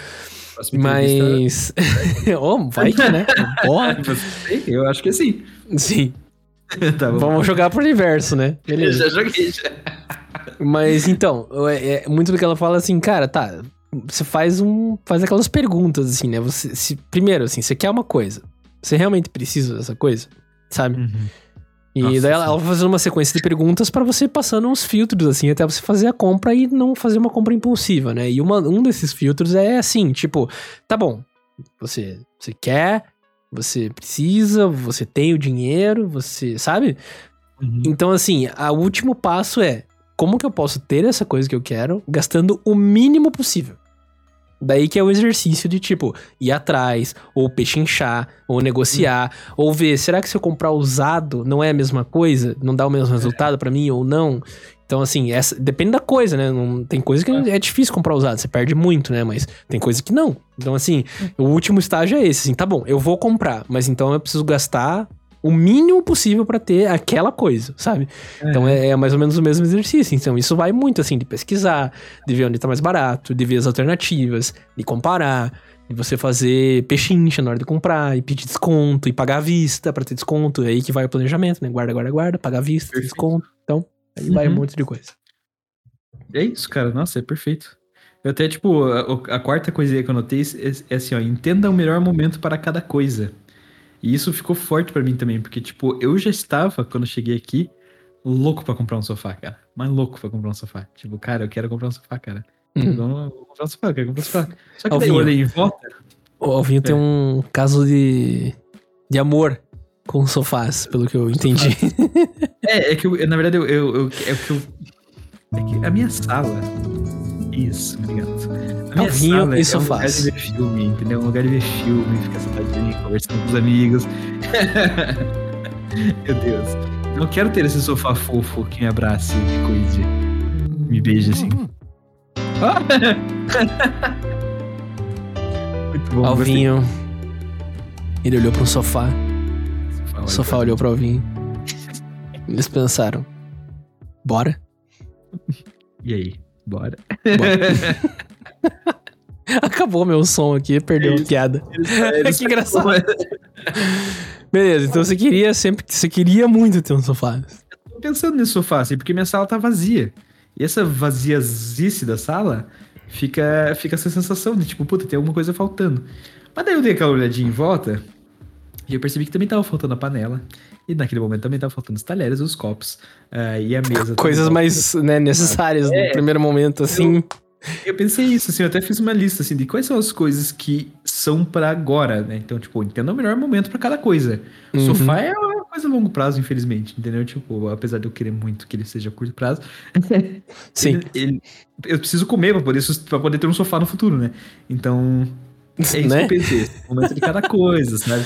Mas... vai que, né? Porra. Eu acho que sim. Sim. Tá bom. Vamos jogar pro universo, né? Beleza. Eu já joguei, já. Mas, então, muito do que ela fala assim, cara, tá, você faz aquelas perguntas, assim, né? Primeiro, assim, você quer uma coisa, você realmente precisa dessa coisa, sabe? Uhum. E Nossa, daí ela vai fazendo uma sequência de perguntas pra você passando uns filtros, assim, até você fazer a compra e não fazer uma compra impulsiva, né? E um desses filtros é assim, tipo, tá bom, você quer, você precisa, você tem o dinheiro, você, sabe? Uhum. Então, assim, o último passo como que eu posso ter essa coisa que eu quero gastando o mínimo possível. Daí que é o exercício de, tipo, ir atrás, ou pechinchar, ou negociar, ou ver, será que se eu comprar usado não é a mesma coisa? Não dá o mesmo resultado pra mim ou não? Então, assim, depende da coisa, né? Tem coisa que é difícil comprar usado, você perde muito, né? Mas tem coisa que não. Então, assim, o último estágio é esse, assim, tá bom, eu vou comprar, mas então eu preciso gastar o mínimo possível pra ter aquela coisa, sabe? Então é mais ou menos o mesmo exercício. Então isso vai muito, assim, de pesquisar, de ver onde tá mais barato, de ver as alternativas, de comparar, de você fazer pechincha na hora de comprar, e pedir desconto, e pagar à vista pra ter desconto. É aí que vai o planejamento, né? Guarda, pagar à vista, ter desconto. Então, aí vai um monte de coisa. É isso, cara. Nossa, é perfeito. Eu até, tipo, a quarta coisa que eu notei é assim, ó, entenda o melhor momento para cada coisa. E isso ficou forte pra mim também, porque, tipo, eu já estava, quando eu cheguei aqui, louco pra comprar um sofá, cara. Mas louco pra comprar um sofá. Tipo, cara, eu quero comprar um sofá, cara. Vou comprar um sofá, eu quero comprar um sofá. Só que daí eu olhei em volta... O Alvinho tem um caso de amor com sofás, pelo que eu entendi. É que eu, na verdade, é que a minha sala... Isso, obrigado. A minha sala e é um lugar de ver filme, entendeu? Um lugar de ver filme, ficar sentadinho, conversando com os amigos. Meu Deus. Eu quero ter esse sofá fofo que me abrace e cuide. Me beije assim. Muito bom. Alvinho. Ele olhou pro sofá. O sofá olhou pro Alvinho. Eles pensaram: bora? E aí? Bora. Acabou meu som aqui, perdeu a piada. Que engraçado. Beleza, então você queria muito ter um sofá. Eu tô pensando nesse sofá, assim, porque minha sala tá vazia. E essa vaziazice da sala fica essa sensação de, tipo, puta, tem alguma coisa faltando. Mas daí eu dei aquela olhadinha em volta e eu percebi que também tava faltando a panela. E naquele momento também tava faltando os talheres, os copos e a mesa. Coisas mais, né, necessárias no primeiro momento, assim. Eu pensei isso, assim, eu até fiz uma lista, assim, de quais são as coisas que são pra agora, né? Então, tipo, entenda o melhor momento pra cada coisa. Sofá é uma coisa a longo prazo, infelizmente, entendeu? Tipo, apesar de eu querer muito que ele seja a curto prazo. Sim. Eu preciso comer pra poder ter um sofá no futuro, né? Então, é isso, né? Que eu pensei. O momento de cada coisa, sabe?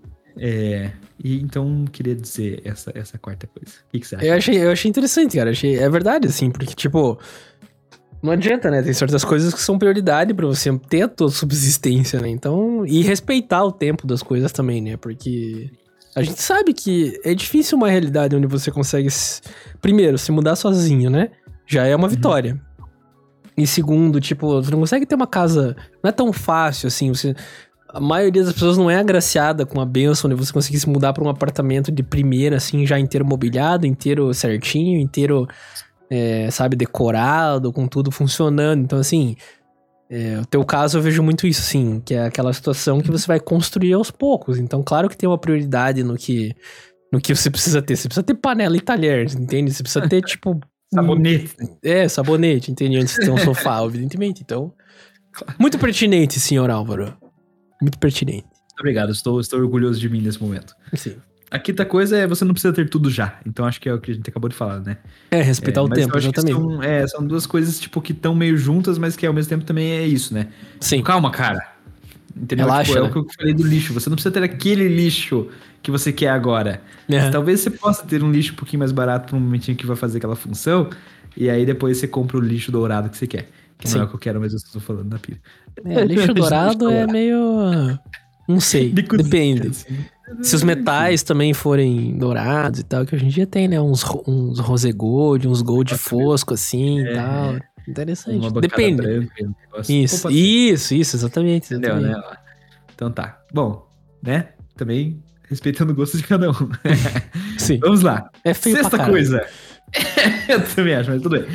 E então queria dizer essa quarta coisa. O que você acha? Eu achei interessante, cara. É verdade, assim, porque, tipo, não adianta, né? Tem certas coisas que são prioridade pra você ter a tua subsistência, né? Então, e respeitar o tempo das coisas também, né? Porque a gente sabe que é difícil uma realidade onde você consegue, primeiro, se mudar sozinho, né? Já é uma vitória. E segundo, tipo, você não consegue ter uma casa... Não é tão fácil, assim, A maioria das pessoas não é agraciada com a bênção de você conseguir se mudar pra um apartamento de primeira, assim, já inteiro mobiliado, inteiro certinho, inteiro, sabe, decorado, com tudo funcionando. Então, assim, o teu caso eu vejo muito isso, assim, que é aquela situação que você vai construir aos poucos. Então, claro que tem uma prioridade no que você precisa ter. Você precisa ter panela e talher, entende? Você precisa ter, tipo... Sabonete. Sabonete, entende? Antes de ter um sofá, evidentemente. Então, muito pertinente, senhor Álvaro. Muito pertinente. Obrigado, estou orgulhoso de mim nesse momento. Sim. A quinta coisa é você não precisa ter tudo já. Então acho que é o que a gente acabou de falar, né? Respeitar o tempo, exatamente. São duas coisas, tipo, que estão meio juntas, mas que ao mesmo tempo também é isso, né? Sim. Tipo, calma, cara. Entendeu? Relaxa, tipo, né? É o que eu falei do lixo. Você não precisa ter aquele lixo que você quer agora. Mas talvez você possa ter um lixo um pouquinho mais barato por um momentinho que vai fazer aquela função. E aí depois você compra o lixo dourado que você quer. Que não é o que eu quero, mas eu estou falando da pira. Lixo dourado é meio... Não sei, depende. Assim. Se os metais também forem dourados e tal, que hoje em dia tem, né? Uns rose gold, uns gold fosco assim e tal. Interessante. Depende. Branca, isso, exatamente. Entendeu, né? Então tá. Bom, né? Também respeitando o gosto de cada um. Sim. Vamos lá. É feio Sexta pra coisa. Eu também acho, mas tudo bem.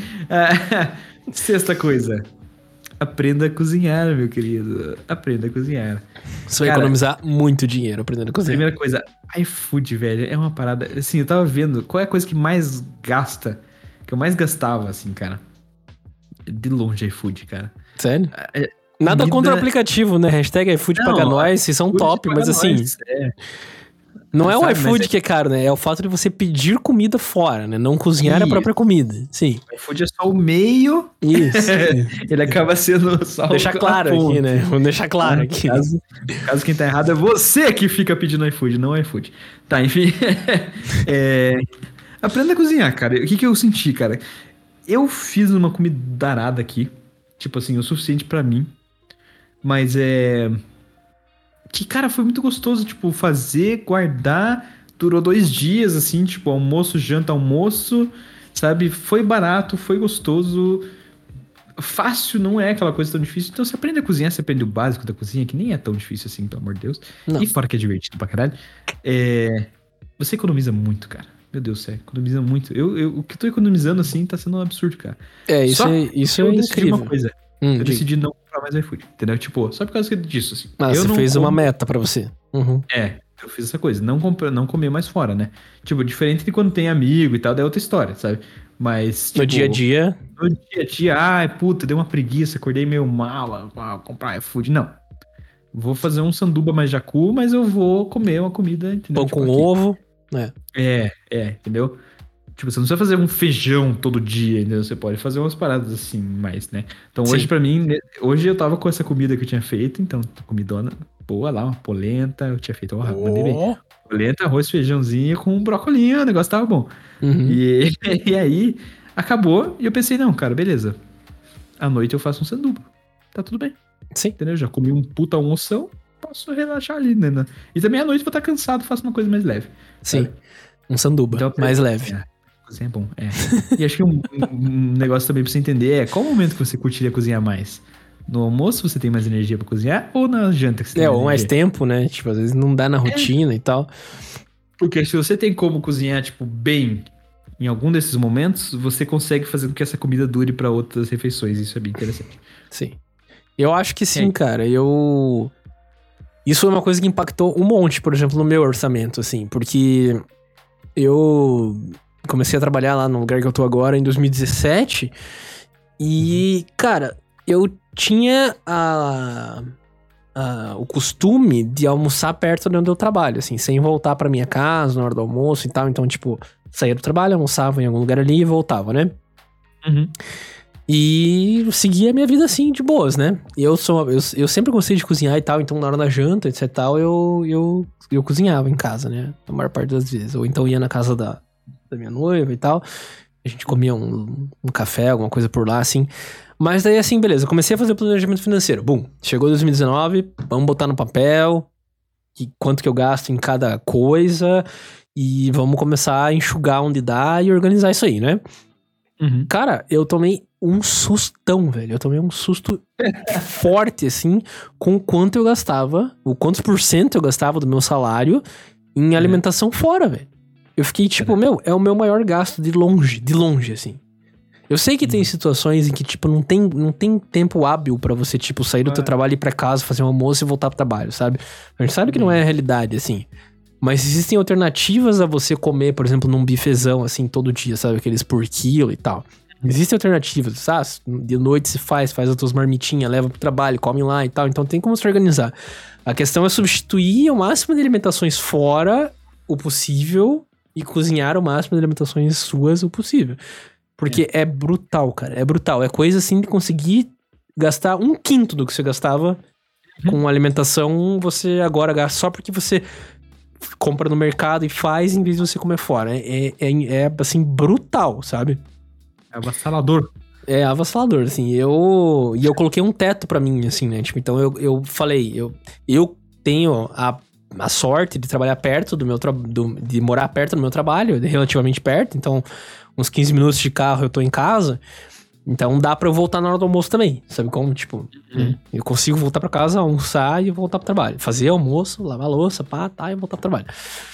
Sexta coisa. Aprenda a cozinhar, meu querido. Aprenda a cozinhar. Você vai economizar muito dinheiro aprendendo a cozinhar. Primeira coisa, iFood, velho, é uma parada... Assim, eu tava vendo qual é a coisa que mais gasta, que eu mais gastava, assim, cara. De longe, iFood, cara. Sério? Nada contra o aplicativo, né? Hashtag iFood paga nós, vocês são top, mas assim... Não é o Sabe, iFood mas que é caro, né? É o fato de você pedir comida fora, né? Não cozinhar a Isso. própria comida. Sim. O iFood é só o meio. Isso. Ele acaba sendo só Deixar a claro ponte. aqui, né? Vamos deixar claro aqui. Caso quem tá errado é você que fica pedindo iFood, não o iFood. Tá, enfim. Aprenda a cozinhar, cara. O que eu senti, cara? Eu fiz uma comida darada aqui. Tipo assim, o suficiente pra mim. Mas que, cara, foi muito gostoso, tipo, fazer, guardar, durou 2 dias, assim, tipo, almoço, janta, almoço, sabe? Foi barato, foi gostoso, fácil, não é aquela coisa tão difícil. Então, você aprende a cozinhar, você aprende o básico da cozinha, que nem é tão difícil assim, pelo amor de Deus. Não. E fora que é divertido pra caralho. Você economiza muito, cara. Meu Deus do céu, economiza muito. O que eu tô economizando, assim, tá sendo um absurdo, cara. Isso eu é decidi incrível. uma coisa. Eu decidi não comprar mais iFood, entendeu? Tipo, só por causa disso, assim. Você fez uma meta pra você. Uhum. Eu fiz essa coisa. Não comer mais fora, né? Tipo, diferente de quando tem amigo e tal, daí é outra história, sabe? Mas, tipo, No dia a dia. No dia a dia, ai, puta, deu uma preguiça, acordei meio mal, comprar iFood. Não. Vou fazer um sanduba mais jacu, mas eu vou comer uma comida, entendeu? Pão tipo, com aqui. ovo. Entendeu? Tipo, você não precisa fazer um feijão todo dia, entendeu? Você pode fazer umas paradas assim, mais, né? Então, hoje, pra mim, hoje eu tava com essa comida que eu tinha feito, então, comidona boa lá, uma polenta, eu tinha feito, mandei bem. Polenta, arroz, feijãozinho com um brocolinho, o negócio tava bom. Uhum. E aí, acabou, e eu pensei, não, cara, beleza. À noite eu faço um sanduba. Tá tudo bem. Sim. Entendeu? Já comi um puta almoção, posso relaxar ali, né? E também à noite vou estar cansado, faço uma coisa mais leve. Sim. Sabe? Um sanduba, Então, mais leve. Cozinhar é bom, E acho que um negócio também pra você entender qual o momento que você curtiria cozinhar mais? No almoço você tem mais energia pra cozinhar ou na janta que você tem ou mais tempo, né? Tipo, às vezes não dá na rotina e tal. Porque se você tem como cozinhar, tipo, bem em algum desses momentos, você consegue fazer com que essa comida dure pra outras refeições. Isso é bem interessante. Sim. Eu acho que sim, cara. Isso é uma coisa que impactou um monte, por exemplo, no meu orçamento, assim. Porque eu comecei a trabalhar lá no lugar que eu tô agora em 2017. E, cara, eu tinha o costume de almoçar perto de onde eu trabalho, assim, sem voltar pra minha casa na hora do almoço e tal. Então, tipo, saía do trabalho, almoçava em algum lugar ali e voltava, né? Uhum. E seguia a minha vida assim, de boas, né? Eu sempre gostei de cozinhar e tal, então na hora da janta, etc e tal, eu cozinhava em casa, né? A maior parte das vezes. Ou então ia na casa da minha noiva e tal. A gente comia um café, alguma coisa por lá, assim. Mas daí, assim, beleza. Eu comecei a fazer o planejamento financeiro. Bum, chegou 2019, vamos botar no papel quanto que eu gasto em cada coisa e vamos começar a enxugar onde dá e organizar isso aí, né? Uhum. Cara, eu tomei um sustão, velho. Eu tomei um susto forte, assim, com o quanto eu gastava, o quantos % eu gastava do meu salário em alimentação fora, velho. Eu fiquei tipo, é o meu maior gasto de longe, assim. Eu sei que tem situações em que, tipo, não tem tempo hábil pra você, tipo, sair do teu trabalho e ir pra casa, fazer um almoço e voltar pro trabalho, sabe? A gente sabe que não é a realidade, assim. Mas existem alternativas a você comer, por exemplo, num bifezão, assim, todo dia, sabe? Aqueles por quilo e tal. Existem alternativas, sabe? De noite se faz as tuas marmitinhas, leva pro trabalho, come lá e tal. Então tem como se organizar. A questão é substituir o máximo de alimentações fora o possível e cozinhar o máximo de alimentações suas o possível. Porque é brutal, cara. É brutal. É coisa assim de conseguir gastar 1/5 do que você gastava com alimentação, você agora gasta só porque você compra no mercado e faz em vez de você comer fora. É assim, brutal, sabe? É avassalador. É avassalador, assim. E eu coloquei um teto pra mim, assim, né? Tipo, então eu falei, eu tenho a sorte de trabalhar perto do meu de morar perto do meu trabalho, relativamente perto, então uns 15 minutos de carro eu tô em casa, então dá pra eu voltar na hora do almoço também, sabe como? Tipo, eu consigo voltar pra casa, almoçar e voltar pro trabalho. Fazer almoço, lavar a louça, e voltar pro trabalho.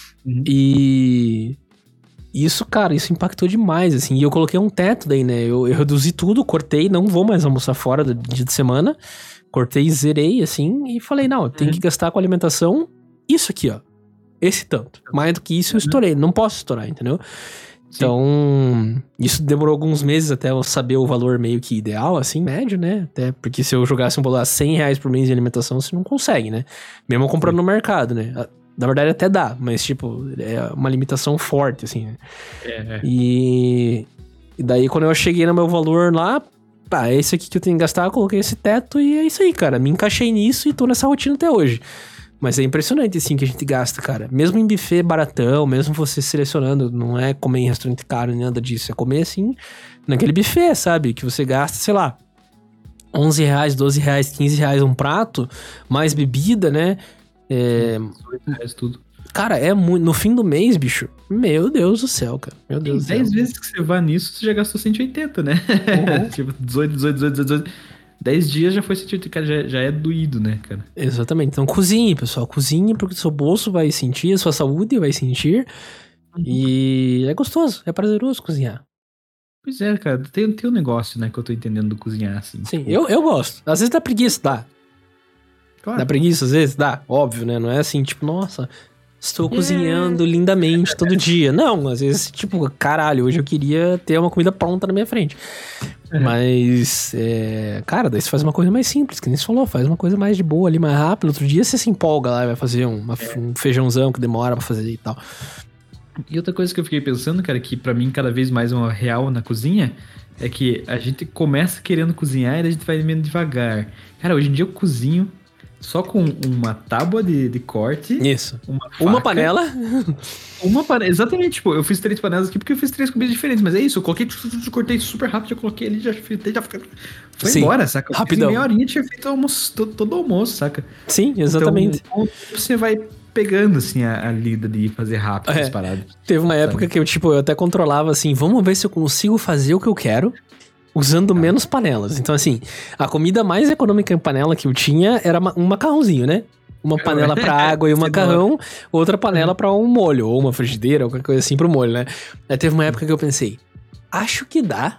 E isso, cara, isso impactou demais, assim, e eu coloquei um teto daí, né? Eu reduzi tudo, cortei, não vou mais almoçar fora do dia de semana, cortei, zerei, assim, e falei, não, eu tenho que gastar com alimentação isso aqui, ó. Esse tanto. Mais do que isso eu estourei. Não posso estourar, entendeu? Então, isso demorou alguns meses até eu saber o valor meio que ideal, assim, médio, né? Até porque se eu jogasse um valor a R$100 por mês de alimentação, você não consegue, né? Mesmo comprando no mercado, né? Na verdade até dá, mas tipo, é uma limitação forte, assim, né? E daí quando eu cheguei no meu valor lá, pá, é isso aqui que eu tenho que gastar, eu coloquei esse teto e é isso aí, cara. Me encaixei nisso e tô nessa rotina até hoje. Mas é impressionante, assim, que a gente gasta, cara. Mesmo em buffet baratão, mesmo você selecionando, não é comer em restaurante caro nem nada disso. É comer, assim, naquele buffet, sabe? Que você gasta, sei lá, R$11, R$12, R$15 um prato, mais bebida, né? R$8 tudo. Cara, é muito... No fim do mês, bicho, meu Deus do céu, cara. Meu Deus do céu. 10 vezes que você vai nisso, você já gastou 180, né? Tipo, 18. 10 dias já foi 180, cara, já é doído, né, cara? Exatamente. Então cozinhe, pessoal. Cozinhe porque o seu bolso vai sentir, a sua saúde vai sentir. E é gostoso, é prazeroso cozinhar. Pois é, cara. Tem um negócio, né, que eu tô entendendo do cozinhar, assim. Sim, tipo... eu gosto. Às vezes dá preguiça, dá. Claro. Dá preguiça, às vezes? Dá. Óbvio, né? Não é assim, tipo, nossa... Estou cozinhando lindamente todo dia. Não, às vezes, tipo, caralho, hoje eu queria ter uma comida pronta na minha frente. Mas, cara, daí você faz uma coisa mais simples, que nem você falou, faz uma coisa mais de boa ali, mais rápido. Outro dia você se empolga lá e vai fazer um feijãozão que demora pra fazer e tal. E outra coisa que eu fiquei pensando, cara, que pra mim cada vez mais é uma real na cozinha, é que a gente começa querendo cozinhar e a gente vai meio devagar. Cara, hoje em dia eu cozinho só com uma tábua de corte. Isso. Uma panela. Uma panela. Exatamente, tipo, eu fiz 3 panelas aqui porque eu fiz 3 comidas diferentes. Mas é isso, eu coloquei, cortei super rápido, já coloquei ali, já fritei, já foi embora, saca? Rapidão. Meia horinha tinha feito todo o almoço, saca? Sim, exatamente. Então, você vai pegando, assim, a lida de fazer rápido as paradas. Teve uma época que eu até controlava, assim, vamos ver se eu consigo fazer o que eu quero usando menos panelas. Então, assim, a comida mais econômica em panela que eu tinha era um macarrãozinho, né? Uma panela pra água e um macarrão, outra panela pra um molho, ou uma frigideira, ou qualquer coisa assim pro molho, né? Aí teve uma época que eu pensei, acho que dá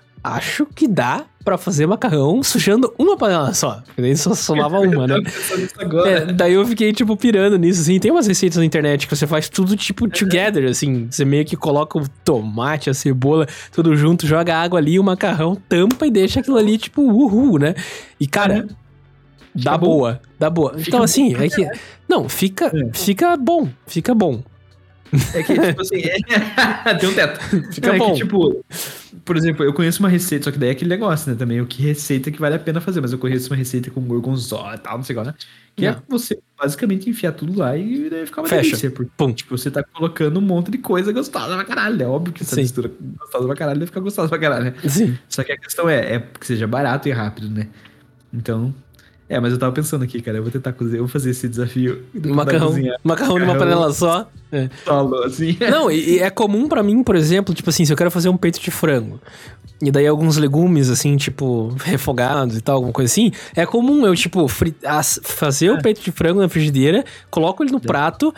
pra fazer macarrão sujando uma panela só. Porque daí só somava uma, né? Daí eu fiquei, tipo, pirando nisso, assim. Tem umas receitas na internet que você faz tudo, tipo, together, assim. Você meio que coloca o tomate, a cebola, tudo junto, joga água ali, o macarrão, tampa e deixa aquilo ali, tipo, uhul, né? E, cara... Dá boa. Então, assim, é que... Não, fica bom. É que, tipo assim, tem um teto. Fica bom. Que, tipo, por exemplo, eu conheço uma receita, só que daí é aquele negócio, né, também, o que receita que vale a pena fazer, mas eu conheço uma receita com gorgonzola e tal, não sei qual, né, que é você basicamente enfiar tudo lá e daí ficar uma delícia, porque, tipo, você tá colocando um monte de coisa gostosa pra caralho, é óbvio que essa mistura gostosa pra caralho deve ficar gostosa pra caralho, né? Sim. Só que a questão é que seja barato e rápido, né, então... mas eu tava pensando aqui, cara, eu vou tentar cozinhar, eu vou fazer esse desafio. Macarrão numa panela só. Solo, assim. Não, e é comum pra mim, por exemplo, tipo assim, se eu quero fazer um peito de frango, e daí alguns legumes, assim, tipo, refogados e tal, alguma coisa assim, é comum eu, tipo, fazer o peito de frango na frigideira, coloco ele no prato,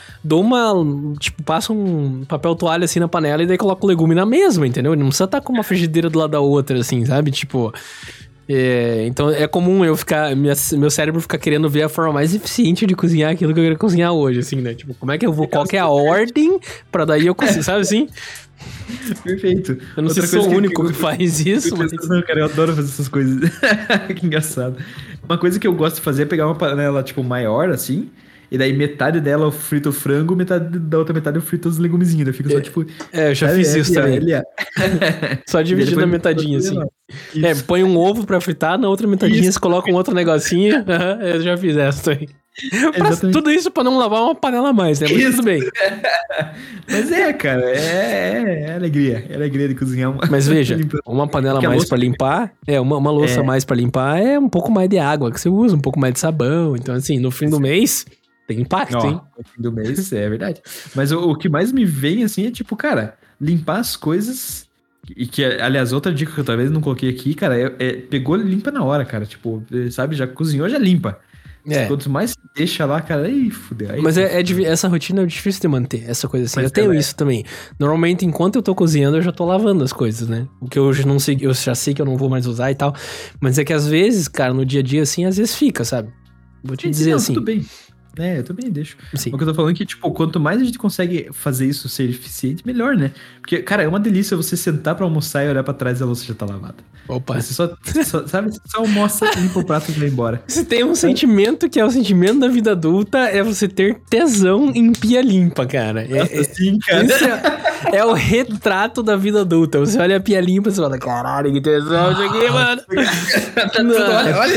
passo um papel toalha, assim, na panela, e daí coloco o legume na mesma, entendeu? Não precisa estar com uma frigideira do lado da outra, assim, sabe? Tipo... então é comum eu ficar... Meu cérebro ficar querendo ver a forma mais eficiente de cozinhar aquilo que eu quero cozinhar hoje, assim, né? Tipo, como é que eu vou... Qual que é a ordem pra daí eu cozinhar, sabe assim? Perfeito. Eu não sei se sou o único que faz isso, mas... Não, cara, eu adoro fazer essas coisas. Que engraçado. Uma coisa que eu gosto de fazer é pegar uma panela, tipo, maior, assim... E daí metade dela eu frito o frango, da outra metade eu frito os legumezinhos. Eu fico só, tipo... eu já fiz isso também. Só dividindo a metadinha, assim. Põe um ovo pra fritar, na outra metadinha você coloca um outro negocinho. Eu já fiz essa também. Tudo isso pra não lavar uma panela a mais, né? Mas tudo bem. Mas cara, é alegria. É alegria de cozinhar. Mas veja, uma panela a mais pra limpar, uma louça a mais pra limpar é um pouco mais de água que você usa, um pouco mais de sabão. Então, assim, no fim do mês... Tem impacto, hein? No fim do mês, é verdade. Mas o que mais me vem, assim, é tipo, cara, limpar as coisas... E que, aliás, outra dica que eu talvez não coloquei aqui, cara, pegou, limpa na hora, cara. Tipo, sabe, já cozinhou, já limpa. Quanto mais deixa lá, cara, aí fudeu. Mas essa rotina é difícil de manter, essa coisa assim. Mas eu tenho isso também. Normalmente, enquanto eu tô cozinhando, eu já tô lavando as coisas, né? O que eu não sei, eu já sei que eu não vou mais usar e tal. Mas é que às vezes, cara, no dia a dia, assim, às vezes fica, sabe? Vou te dizer assim. Tudo bem. Eu também deixo. Sim. O que eu tô falando é que, tipo, quanto mais a gente consegue fazer isso ser eficiente, melhor, né? Porque, cara, é uma delícia você sentar pra almoçar e olhar pra trás e a louça já tá lavada. Opa. Você sabe, você só almoça, limpa o prato e vai embora. Se tem um sentimento que é o sentimento da vida adulta, é você ter tesão em pia limpa, cara. Sim, cara. Isso é o retrato da vida adulta. Você olha a pia limpa e você fala, caralho, que tesão isso aqui, mano. Olha.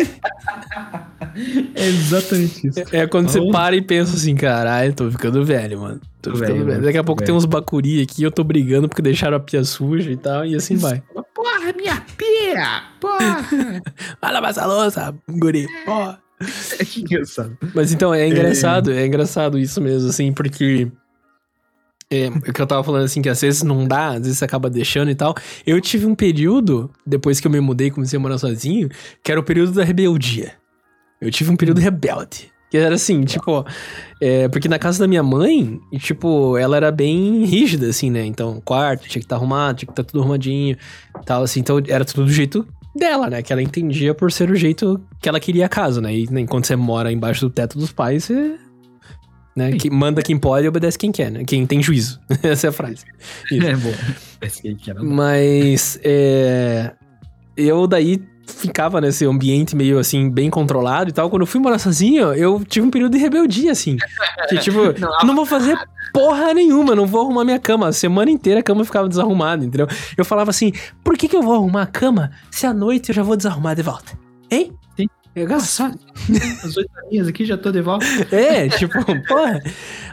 É exatamente isso. É quando você para e pensa assim, caralho, tô ficando velho, mano. Tô ficando velho. Daqui a pouco tem uns bacuri aqui, eu tô brigando porque deixaram a pia suja e tal, e assim vai. Porra, minha pia! Porra! Vai lavar essa louça, guri, porra. Que engraçado. Mas então, é engraçado isso mesmo, assim, porque... o que eu tava falando assim, que às vezes não dá, às vezes você acaba deixando e tal. Eu tive um período, depois que eu me mudei e comecei a morar sozinho, que era o período da rebeldia. Eu tive um período rebelde. Que era assim, tipo... porque na casa da minha mãe, tipo, ela era bem rígida, assim, né? Então, o quarto tinha que estar arrumado, tinha que estar tudo arrumadinho e tal, assim. Então, era tudo do jeito dela, né? Que ela entendia por ser o jeito que ela queria a casa, né? E enquanto você mora embaixo do teto dos pais, você... Né? Que manda quem pode e obedece quem quer, né? Quem tem juízo. Essa é a frase. Isso. Bom. Mas, eu daí ficava nesse ambiente meio, assim, bem controlado e tal. Quando eu fui morar sozinho, eu tive um período de rebeldia, assim. Que, tipo, não vou fazer porra nenhuma, não vou arrumar minha cama. A semana inteira a cama ficava desarrumada, entendeu? Eu falava assim, por que eu vou arrumar a cama se à noite eu já vou desarrumar de volta? Hein? Sim. Só... As 8 horinhas aqui, já tô de volta. Tipo, porra.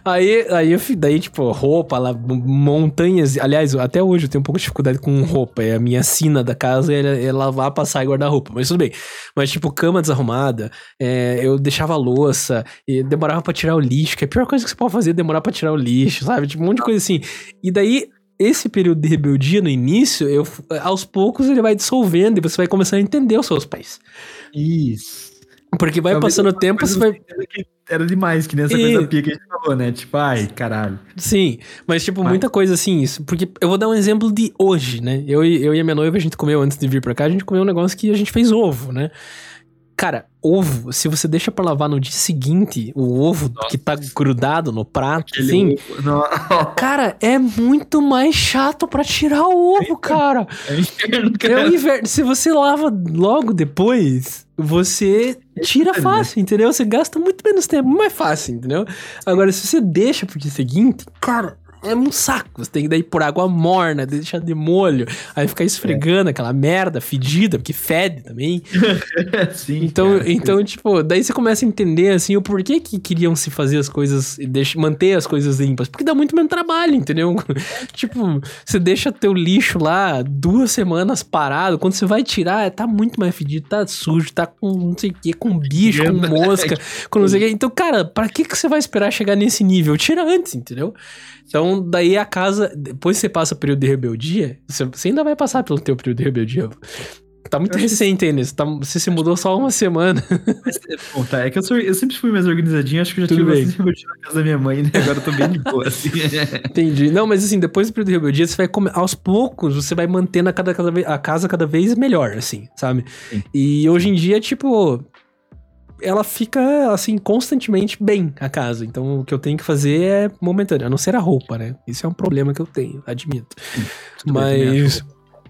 Daí, tipo, roupa lá, montanhas. Aliás, até hoje eu tenho um pouco de dificuldade com roupa. É a minha sina da casa é lavar, passar e guardar roupa. Mas tudo bem. Mas, tipo, cama desarrumada, eu deixava a louça, e demorava pra tirar o lixo, que é a pior coisa que você pode fazer é demorar pra tirar o lixo, sabe? Tipo, um monte de coisa assim. E daí, esse período de rebeldia no início, aos poucos ele vai dissolvendo e você vai começando a entender os seus pais. Isso. Porque vai passando o tempo, você vai... Que era demais, que nem essa coisa da pia que a gente falou, né? Tipo, ai, caralho. Sim, mas tipo, muita coisa assim, isso. Porque eu vou dar um exemplo de hoje, né? Eu e a minha noiva, a gente comeu antes de vir pra cá, a gente comeu um negócio que a gente fez ovo, né? Cara, ovo, se você deixa pra lavar no dia seguinte, o ovo que tá grudado no prato, assim... Cara, é muito mais chato pra tirar o ovo, cara. É o inverno. Se você lava logo depois, você tira fácil, entendeu? Você gasta muito menos tempo, mais fácil, entendeu? Agora, se você deixa pro dia seguinte, cara... É um saco, você tem que daí pôr água morna, deixar de molho, aí ficar esfregando aquela merda fedida, porque fede também. Sim, então, tipo, daí você começa a entender, assim, o porquê que queriam se fazer as coisas, manter as coisas limpas, porque dá muito menos trabalho, entendeu? Tipo, você deixa teu lixo lá 2 semanas parado, quando você vai tirar, tá muito mais fedido, tá sujo, tá com não sei o que, com bicho, com mosca, com não sei o que. Então, cara, pra que você vai esperar chegar nesse nível? Tira antes, entendeu? Então, daí a casa... Depois que você passa o período de rebeldia, você ainda vai passar pelo teu período de rebeldia. Tá muito recente ainda. Você se mudou só uma semana. Bom, tá. É que eu sempre fui mais organizadinho. Acho que eu já tive bastante rebeldia na casa da minha mãe, né? Agora eu tô bem de boa, assim. Entendi. Não, mas assim, depois do período de rebeldia, você vai aos poucos, você vai mantendo a casa cada vez melhor, assim, sabe? Sim. E hoje em dia, tipo... Ela fica, assim, constantemente bem, a casa. Então, o que eu tenho que fazer é momentâneo. A não ser a roupa, né? Isso é um problema que eu tenho, admito. Mas...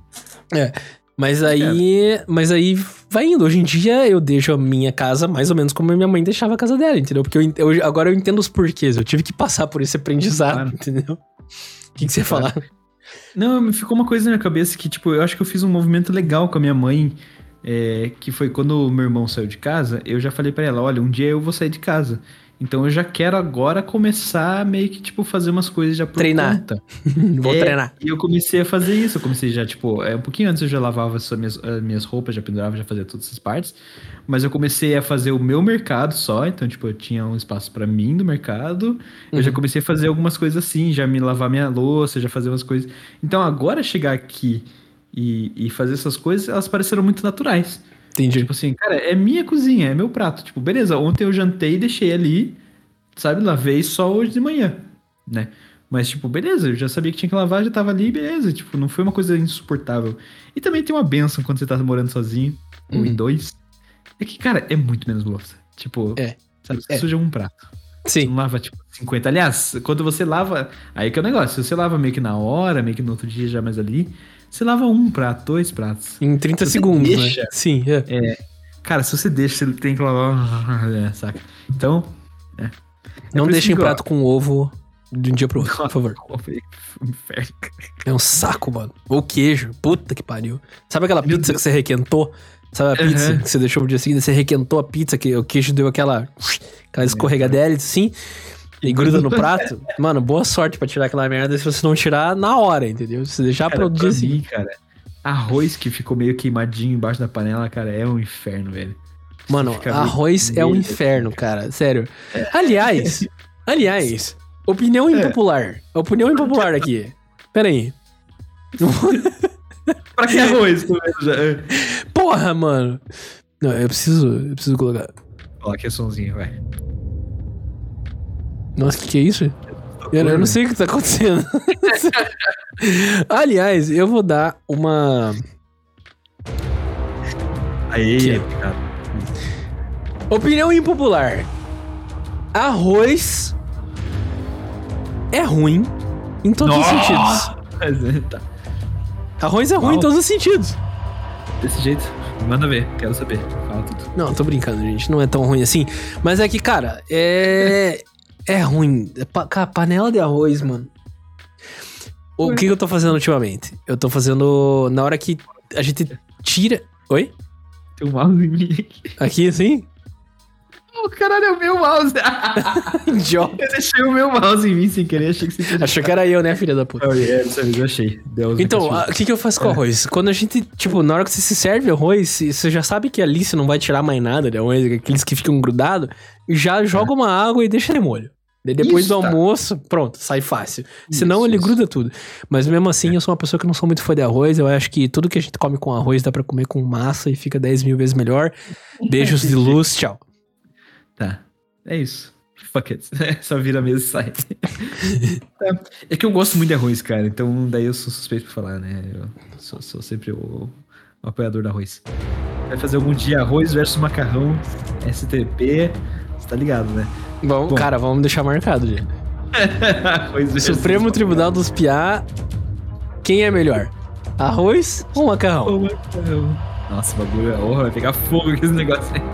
Mas aí vai indo. Hoje em dia, eu deixo a minha casa mais ou menos como a minha mãe deixava a casa dela, entendeu? Porque agora eu entendo os porquês. Eu tive que passar por esse aprendizado, entendeu? O que você ia falar? Não, ficou uma coisa na minha cabeça que, tipo, eu acho que eu fiz um movimento legal com a minha mãe... que foi quando o meu irmão saiu de casa, eu já falei pra ela, olha, um dia eu vou sair de casa. Então eu já quero agora começar meio que, tipo, fazer umas coisas já por treinar. conta. Vou treinar. E eu comecei a fazer isso. Eu comecei já, tipo, um pouquinho antes eu já lavava as minhas roupas, já pendurava, já fazia todas essas partes. Mas eu comecei a fazer o meu mercado só. Então, tipo, eu tinha um espaço pra mim do mercado. Eu já comecei a fazer algumas coisas assim, já me lavar minha louça, já fazer umas coisas. Então agora chegar aqui e fazer essas coisas, elas pareceram muito naturais. Entendi. Tipo assim, cara, é minha cozinha, é meu prato. Tipo, beleza, ontem eu jantei e deixei ali, sabe, lavei só hoje de manhã, né? Mas, tipo, beleza, eu já sabia que tinha que lavar, já tava ali, beleza. Tipo, não foi uma coisa insuportável. E também tem uma benção quando você tá morando sozinho, ou em dois. É que, cara, é muito menos louça. Tipo, Sabe? Você suja um prato. Sim. Você não lava, tipo, 50. Aliás, quando você lava... Aí que é o negócio. Se você lava meio que na hora, meio que no outro dia já mais ali, você lava um prato, 2 pratos. Em 30 segundos, deixa, né? Sim, Cara, se você deixa, você tem que lavar... saca? Então... Não deixem prato com ovo de um dia pro outro, por favor. Inferno. É um saco, mano. Ou queijo. Puta que pariu. Sabe aquela pizza que você requentou? Sabe a pizza que você deixou pro dia seguinte? Você requentou a pizza, que o queijo deu aquela escorregadela, assim, e gruda no prato. Mano, boa sorte pra tirar aquela merda se você não tirar na hora, entendeu? Se você deixar pro dia seguinte. Cara, arroz que ficou meio queimadinho embaixo da panela, cara, é um inferno, velho. Mano, arroz é um inferno, cara. Sério. Aliás, opinião impopular. Opinião impopular aqui. Pera aí. Pra que arroz? Porra, mano. Não, eu preciso colocar. Coloca aqui o somzinho, vai. Nossa, que é isso? Eu não sei o que tá acontecendo. Aliás, eu vou dar uma... Aí, cara. Opinião impopular. Arroz é ruim em todos os sentidos. Tá. Arroz é ruim em todos os sentidos. Desse jeito? Manda ver, quero saber. Fala tudo. Não, tô brincando, gente. Não é tão ruim assim. Mas é que, cara, é ruim. Panela de arroz, mano. O que eu tô fazendo ultimamente? Eu tô fazendo... Na hora que a gente tira... Oi? Tem um mouse em mim aqui. Aqui, assim? Oh, caralho, é o meu mouse. Idiota. Eu deixei o meu mouse em mim sem querer, achei que você tinha... Achou que era eu, né, filha da puta? Dessa vez eu achei. Então, o que eu faço com o arroz? Quando a gente, tipo, na hora que você se serve arroz, você já sabe que ali você não vai tirar mais nada de arroz, aqueles que ficam grudados, já joga uma água e deixa ele molho. Daí depois do almoço, pronto, sai fácil. Senão ele gruda tudo. Mas mesmo assim, eu sou uma pessoa que não sou muito fã de arroz. Eu acho que tudo que a gente come com arroz dá pra comer com massa e fica 10 mil vezes melhor. Beijos de luz, tchau. Tá, é isso. Fuck it. Só vira a mesa e sai. É que eu gosto muito de arroz, cara. Então daí eu sou suspeito pra falar, né? Eu sou sempre o apoiador do arroz. Vai fazer algum dia arroz versus macarrão, STP, você tá ligado, né? Bom, cara, vamos deixar marcado, já. Supremo Tribunal dos Piá, quem é melhor? Arroz ou macarrão? Nossa, o bagulho vai pegar fogo com esse negócio aí.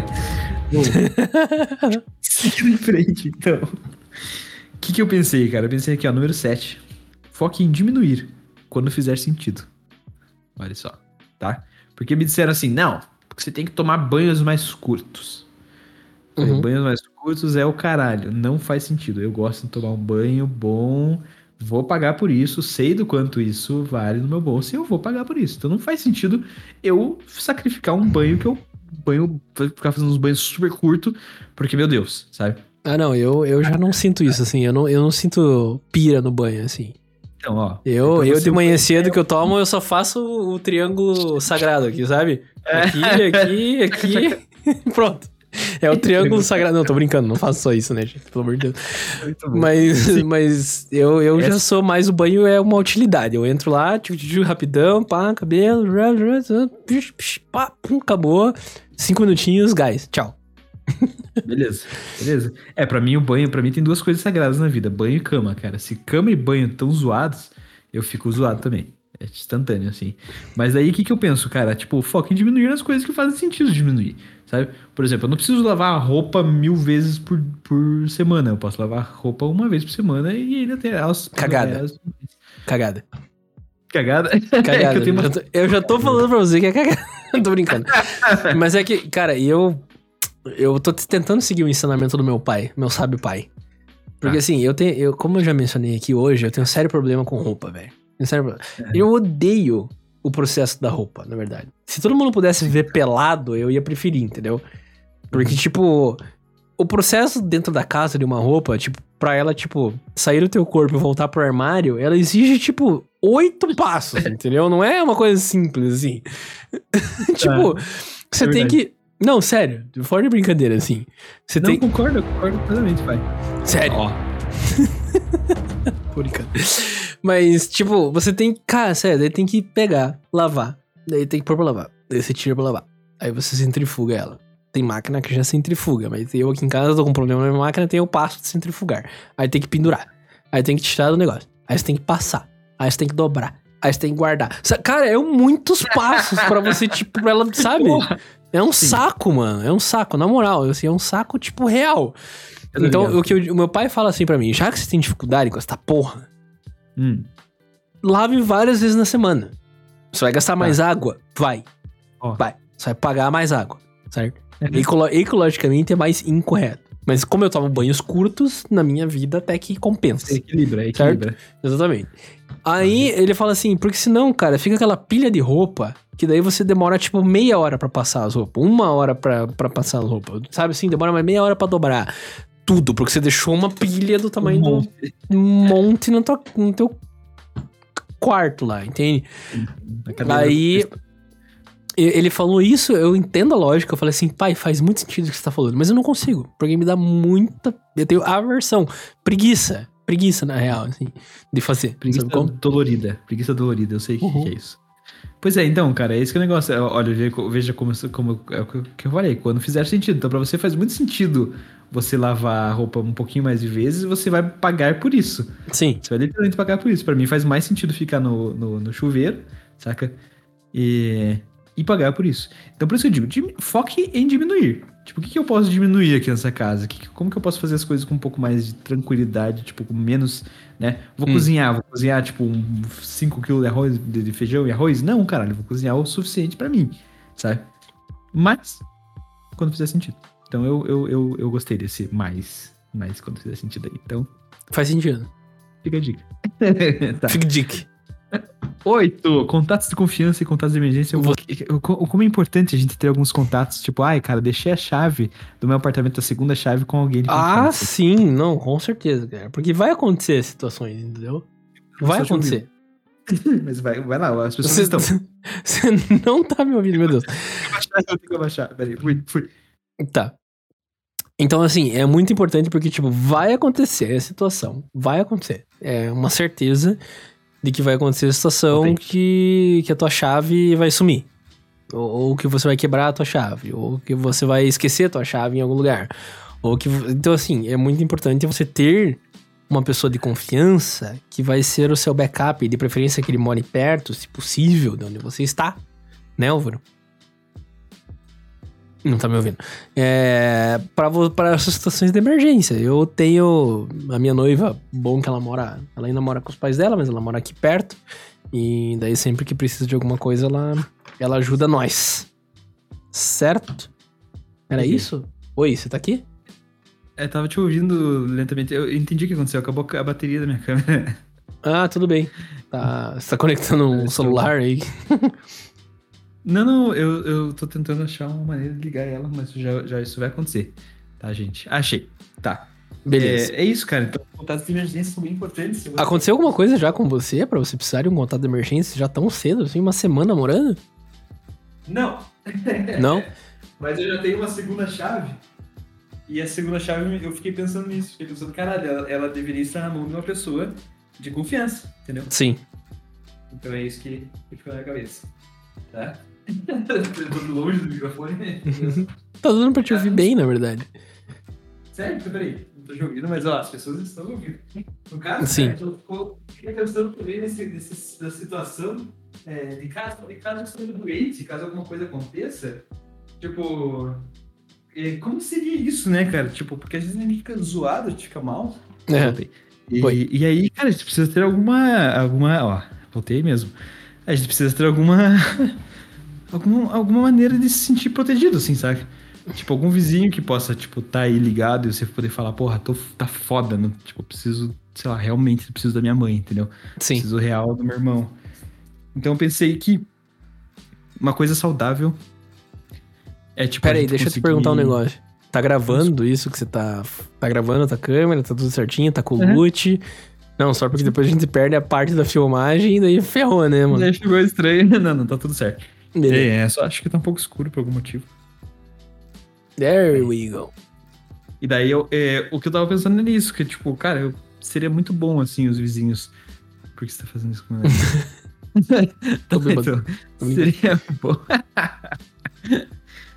Seguindo em frente, então. O que eu pensei, cara? Eu pensei aqui, ó, número 7. Foque em diminuir quando fizer sentido. Olha só, tá? Porque me disseram assim, não, porque você tem que tomar banhos mais curtos. Banhos mais curtos é o caralho, não faz sentido. Eu gosto de tomar um banho bom, vou pagar por isso, sei do quanto isso vale no meu bolso e eu vou pagar por isso. Então não faz sentido eu sacrificar um banho que eu ficar fazendo uns banhos super curtos, porque, meu Deus, sabe? Ah, não, eu já não sinto isso, assim, eu não sinto pira no banho, assim. Então, ó. Eu de manhã cedo que eu tomo, eu só faço o triângulo sagrado aqui, sabe? Aqui, pronto. É o triângulo sagrado. Não, tô brincando, não faço só isso, né, gente? Pelo amor de Deus. Mas eu já sou mais, o banho é uma utilidade. Eu entro lá, rapidão, pá, cabelo, pá, pum, acabou. 5 minutinhos, gás, tchau. Beleza. Pra mim, o banho, tem duas coisas sagradas na vida: banho e cama, cara. Se cama e banho tão zoados, eu fico zoado também. É instantâneo, assim. Mas aí, o que eu penso, cara? Tipo, foco em diminuir as coisas que fazem sentido diminuir, sabe? Por exemplo, eu não preciso lavar a roupa 1000 vezes por semana. Eu posso lavar roupa uma vez por semana e ainda ter elas... Cagada. Cagada? Cagada. Eu já tô falando pra você que é cagada. Tô brincando. Mas é que, cara, eu tô tentando seguir o ensinamento do meu pai, meu sábio pai. Porque assim, como eu já mencionei aqui hoje, eu tenho um sério problema com roupa, velho. Eu odeio o processo da roupa, na verdade. Se todo mundo pudesse viver pelado, eu ia preferir, entendeu? Porque, tipo, o processo dentro da casa de uma roupa, tipo, pra ela, tipo, sair do teu corpo e voltar pro armário, ela exige, tipo, 8 passos, entendeu? Não é uma coisa simples, assim. Tipo, você tem que... Não, sério, fora de brincadeira, assim. Concordo plenamente, pai. Sério. Ó. Por enquanto. Mas, tipo, você tem... Cara, sério, daí tem que pegar, lavar. Daí tem que pôr pra lavar. Daí você tira pra lavar. Aí você centrifuga ela. tem máquina que já centrifuga, mas eu aqui em casa tô com um problema na minha máquina, tem o passo de centrifugar. Aí tem que pendurar. Aí tem que tirar do negócio. Aí você tem que passar. Aí você tem que dobrar. Aí você tem que guardar. Cara, é muitos passos pra você, tipo, pra ela, sabe? É um saco, mano. É um saco, na moral. Assim, é um saco, tipo, real. Então, o meu pai fala assim pra mim, já que você tem dificuldade com essa porra, lave várias vezes na semana. Você vai gastar mais água? Vai. Vai. Você vai pagar mais água, certo? Ecologicamente é mais incorreto. Mas como eu tomo banhos curtos, na minha vida até que compensa. Equilibra. Certo? Exatamente. Aí ele fala assim, porque senão, cara, fica aquela pilha de roupa que daí você demora, tipo, meia hora pra passar as roupas. 1 hora pra passar as roupas. Sabe assim, demora mais meia hora pra dobrar tudo, porque você deixou uma pilha do tamanho de um monte no teu quarto lá, entende? Aí ele falou isso, eu entendo a lógica, eu falei assim, pai, faz muito sentido o que você tá falando, mas eu não consigo, porque me dá muita... Eu tenho aversão, preguiça na real, assim, de fazer. Preguiça dolorida, eu sei o que é isso. Pois é, então, cara, é esse que é o negócio. Olha, veja como é o que eu falei, quando fizer sentido. Então, pra você faz muito sentido você lavar a roupa um pouquinho mais de vezes e você vai pagar por isso. Sim. Você vai literalmente pagar por isso. Pra mim faz mais sentido ficar no chuveiro, saca? E pagar por isso. Então, por isso que eu digo, foque em diminuir. Tipo, o que eu posso diminuir aqui nessa casa? Como que eu posso fazer as coisas com um pouco mais de tranquilidade, tipo, com menos, né? Vou cozinhar, tipo, 5 kg de arroz, de feijão e arroz? Não, caralho, vou cozinhar o suficiente pra mim, sabe? Mas, quando fizer sentido. Então, eu gostei desse mais quando fizer sentido aí. Então... Faz sentido. Fica a dica. Tá. Fica a dica. 8. Contatos de confiança e contatos de emergência. Como é importante a gente ter alguns contatos. Tipo, cara, deixei a chave do meu apartamento, a segunda chave, com alguém de confiança. Ah, sim. Não, com certeza, cara. Porque vai acontecer situações, entendeu? Vai acontecer. Mas vai lá, as pessoas estão... Você não tá me ouvindo, meu Deus. Eu tenho que abaixar. Peraí, fui. Tá. Então, assim, é muito importante porque, tipo, vai acontecer a situação. Vai acontecer. É uma certeza de que vai acontecer a situação que a tua chave vai sumir. Ou que você vai quebrar a tua chave. Ou que você vai esquecer a tua chave em algum lugar. Então, assim, é muito importante você ter uma pessoa de confiança que vai ser o seu backup. De preferência que ele more perto, se possível, de onde você está. Né, Álvaro? Não tá me ouvindo. Para essas situações de emergência. Eu tenho a minha noiva, bom que ela ainda mora com os pais dela, mas ela mora aqui perto. E daí sempre que precisa de alguma coisa, ela ajuda nós. Certo? Era isso? Oi, você tá aqui? Tava te ouvindo lentamente. Eu entendi o que aconteceu. Acabou a bateria da minha câmera. Ah, tudo bem. Você tá conectando um celular aí? Não, eu tô tentando achar uma maneira de ligar ela, mas já isso vai acontecer. Tá, gente? Achei. Tá. Beleza. É isso, cara. Então, contatos de emergência são bem importantes. Aconteceu alguma coisa já com você, pra você precisar de um contato de emergência já tão cedo, assim, uma semana morando? Não. Não? Mas eu já tenho uma segunda chave. E a segunda chave, eu fiquei pensando nisso. Fiquei pensando, caralho, ela deveria estar na mão de uma pessoa de confiança, entendeu? Sim. Então é isso que ficou na minha cabeça. Tá? Eu tô longe do microfone. Tá dando pra te ouvir bem, na verdade. Sério? Peraí. Não tô te ouvindo, mas as pessoas estão ouvindo. No caso, sim. Eu fiquei pensando também da situação de caso eu esteja doente, caso alguma coisa aconteça. Tipo, como seria isso, né, cara? Tipo, porque às vezes a gente fica zoado, a gente fica mal. E aí, cara, a gente precisa ter alguma voltei mesmo. A gente precisa ter alguma maneira de se sentir protegido, assim, sabe? Tipo, algum vizinho que possa, tipo, tá aí ligado e você poder falar, porra, tá foda, né? Tipo, preciso, sei lá, realmente preciso da minha mãe, entendeu? Sim. Preciso real do meu irmão. Então eu pensei que uma coisa saudável é, tipo... Peraí, deixa eu te perguntar um negócio. Tá gravando isso que você tá gravando a tua câmera, tá tudo certinho, tá com o loot... Não, só porque depois a gente perde a parte da filmagem e daí ferrou, né, mano? Daí ficou estranho. Não, tá tudo certo. Beleza. Só acho que tá um pouco escuro por algum motivo. There we go. E daí, o que eu tava pensando é nisso, que tipo, cara, seria muito bom, assim, os vizinhos... Por que você tá fazendo isso comigo? Tô bêbado. Seria bom...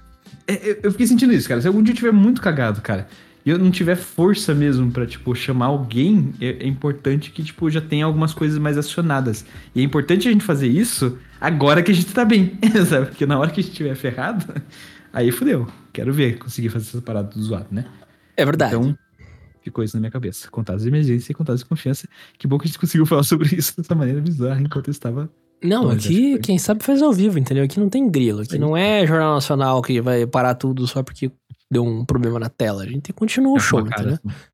Eu fiquei sentindo isso, cara. Se algum dia eu tiver muito cagado, cara, e eu não tiver força mesmo pra, tipo, chamar alguém, é importante que, tipo, já tenha algumas coisas mais acionadas. E é importante a gente fazer isso agora que a gente tá bem, sabe? Porque na hora que a gente estiver ferrado, aí fudeu. Quero ver, conseguir fazer essa parada do zoado, né? É verdade. Então, ficou isso na minha cabeça. Contatos de emergência e contatos de confiança. Que bom que a gente conseguiu falar sobre isso dessa maneira bizarra enquanto eu estava... Não, aqui quem sabe faz ao vivo, entendeu? Aqui não tem grilo. Aqui não é Jornal Nacional que vai parar tudo só porque deu um problema na tela. A gente continua o show, entendeu?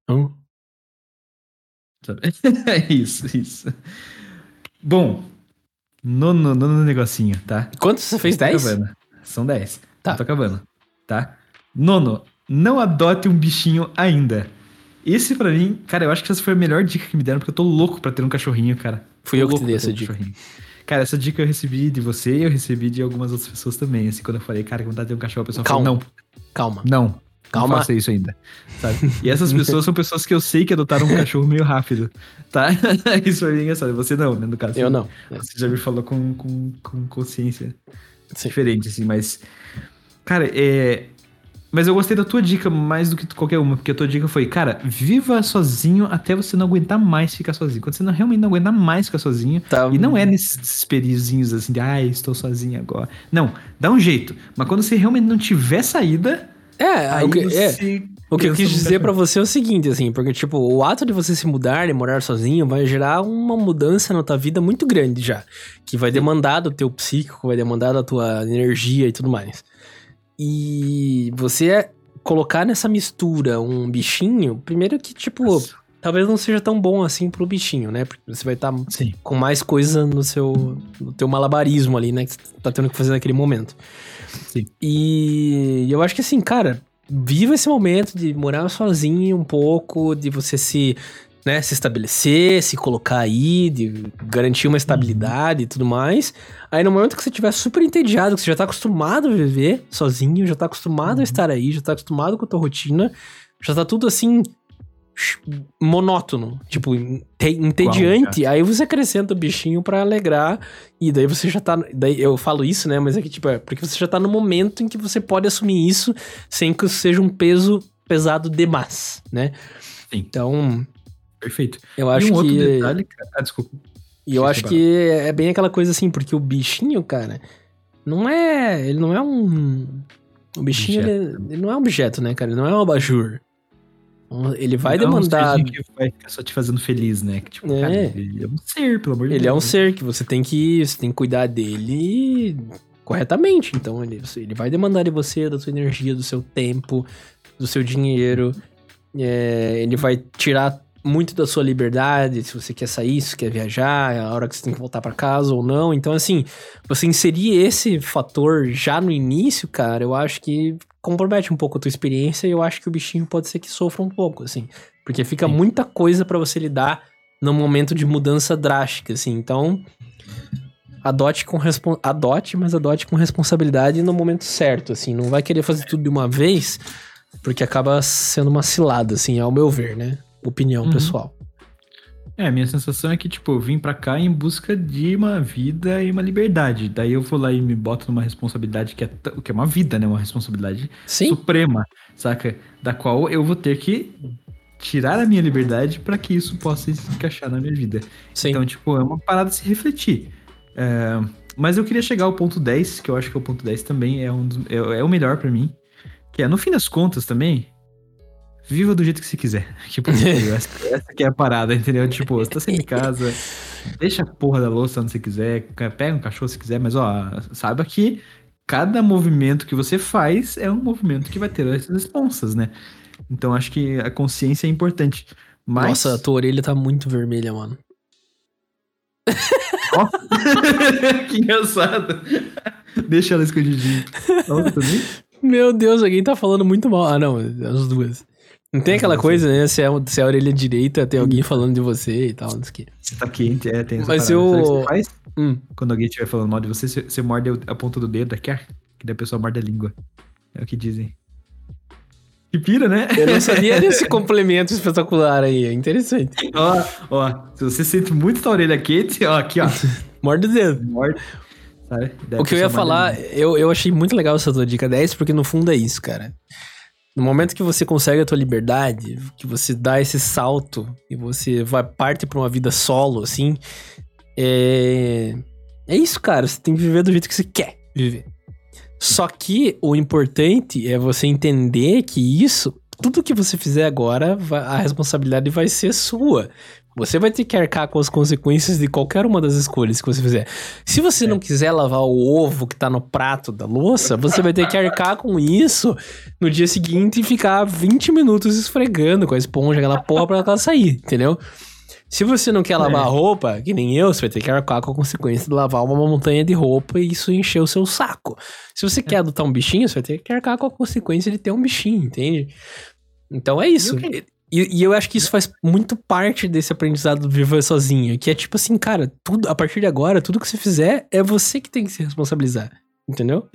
Isso. Bom, nono negocinho, tá? Quantos você fez? 10? São 10. Tá. Tô acabando, tá? Nono, não adote um bichinho ainda. Esse pra mim, cara, eu acho que essa foi a melhor dica que me deram, porque eu tô louco pra ter um cachorrinho, cara. Fui eu que te dei essa dica. Cara, essa dica eu recebi de você e eu recebi de algumas outras pessoas também. Assim, quando eu falei, cara, que vontade de ter um cachorro, a pessoa falou, não. Calma. Não faça isso ainda, sabe? E essas pessoas são pessoas que eu sei que adotaram um cachorro meio rápido, tá? Isso foi engraçado. Você não, né, no caso. Eu não. Você já me falou com consciência diferente, assim, mas... Cara, Mas eu gostei da tua dica mais do que qualquer uma, porque a tua dica foi, cara, viva sozinho até você não aguentar mais ficar sozinho. Quando você realmente não aguentar mais ficar sozinho, e não é nesses desesperizinhos assim de, estou sozinho agora. Não, dá um jeito. Mas quando você realmente não tiver saída, o que eu quis dizer pra você é o seguinte, assim, porque, tipo, o ato de você se mudar e morar sozinho vai gerar uma mudança na tua vida muito grande já, que vai demandar do teu psíquico, vai demandar da tua energia e tudo mais. E você colocar nessa mistura um bichinho, primeiro que, tipo, talvez não seja tão bom assim pro bichinho, né? Porque você vai estar com mais coisa no teu malabarismo ali, né? Que você tá tendo que fazer naquele momento. Sim. E eu acho que assim, cara, viva esse momento de morar sozinho um pouco, de você se estabelecer, se colocar aí, de garantir uma estabilidade e tudo mais. Aí no momento que você estiver super entediado, que você já tá acostumado a viver sozinho, já tá acostumado a estar aí, já tá acostumado com a tua rotina, já tá tudo assim, monótono, tipo, entediante. Aí você acrescenta o bichinho pra alegrar, e daí você já tá... Daí eu falo isso, né, mas é que tipo, porque você já tá no momento em que você pode assumir isso sem que isso seja um peso pesado demais, né? Sim. Então... Perfeito. Eu acho outro que... detalhe, cara... desculpa. E eu acho que é bem aquela coisa assim, porque o bichinho, cara, ele não é um... O bichinho, ele não é um objeto, né, cara? Ele não é um abajur. Ele vai demandar... É um que vai ficar só te fazendo feliz, né? Que, tipo, cara, ele é um ser, pelo amor de Deus. Ele é um ser que você tem que cuidar dele corretamente. Então, ele vai demandar de você, da sua energia, do seu tempo, do seu dinheiro. Ele vai tirar muito da sua liberdade, se você quer sair, se você quer viajar, a hora que você tem que voltar pra casa ou não. Então, assim, você inserir esse fator já no início, cara, eu acho que compromete um pouco a tua experiência e eu acho que o bichinho pode ser que sofra um pouco, assim. Porque fica muita coisa pra você lidar num momento de mudança drástica, assim. Então, adote com responsabilidade no momento certo, assim. Não vai querer fazer tudo de uma vez, porque acaba sendo uma cilada, assim, ao meu ver, né? Opinião pessoal. A minha sensação é que, tipo, eu vim pra cá em busca de uma vida e uma liberdade. Daí eu vou lá e me boto numa responsabilidade que é uma vida, né? Uma responsabilidade suprema, saca? Da qual eu vou ter que tirar a minha liberdade pra que isso possa se encaixar na minha vida. Sim. Então, tipo, é uma parada de se refletir. Mas eu queria chegar ao ponto 10, que eu acho que o ponto 10 também é o melhor pra mim. Que é, no fim das contas também... Viva do jeito que você quiser. Tipo, essa que é a parada, entendeu? Tipo, você tá sempre em casa, deixa a porra da louça onde você quiser, pega um cachorro se quiser, mas saiba que cada movimento que você faz é um movimento que vai ter essas responsas, né? Então acho que a consciência é importante. Mas... Nossa, a tua orelha tá muito vermelha, mano. Que engraçado. Deixa ela escondidinha. Nossa, também? Meu Deus, alguém tá falando muito mal. Ah, não, as duas. Não tem aquela coisa, né? Se é a orelha direita, tem alguém falando de você e tal, não sei o que. Você tá quente, tem essa Mas parada. Sabe o que você faz? Quando alguém estiver falando mal de você, você morde a ponta do dedo aqui, que daí a pessoa morde a língua. É o que dizem. Que pira, né? Eu não sabia desse complemento espetacular aí, é interessante. Ó, se você sente muito a orelha quente, aqui, ó. Morde o dedo. sabe? Daí O que eu ia falar, eu achei muito legal essa tua dica 10, porque no fundo é isso, cara. No momento que você consegue a tua liberdade, que você dá esse salto e você parte pra uma vida solo, assim, é isso, cara. Você tem que viver do jeito que você quer viver. Só que o importante é você entender que tudo que você fizer agora, a responsabilidade vai ser sua. Você vai ter que arcar com as consequências de qualquer uma das escolhas que você fizer. Se você não quiser lavar o ovo que tá no prato da louça, você vai ter que arcar com isso no dia seguinte e ficar 20 minutos esfregando com a esponja, aquela porra pra ela sair, entendeu? Se você não quer lavar a roupa, que nem eu, você vai ter que arcar com a consequência de lavar uma montanha de roupa e isso encher o seu saco. Se você quer adotar um bichinho, você vai ter que arcar com a consequência de ter um bichinho, entende? Então é isso. E eu acho que isso faz muito parte desse aprendizado de viver sozinho. Que é tipo assim, cara, a partir de agora, tudo que você fizer é você que tem que se responsabilizar. Entendeu?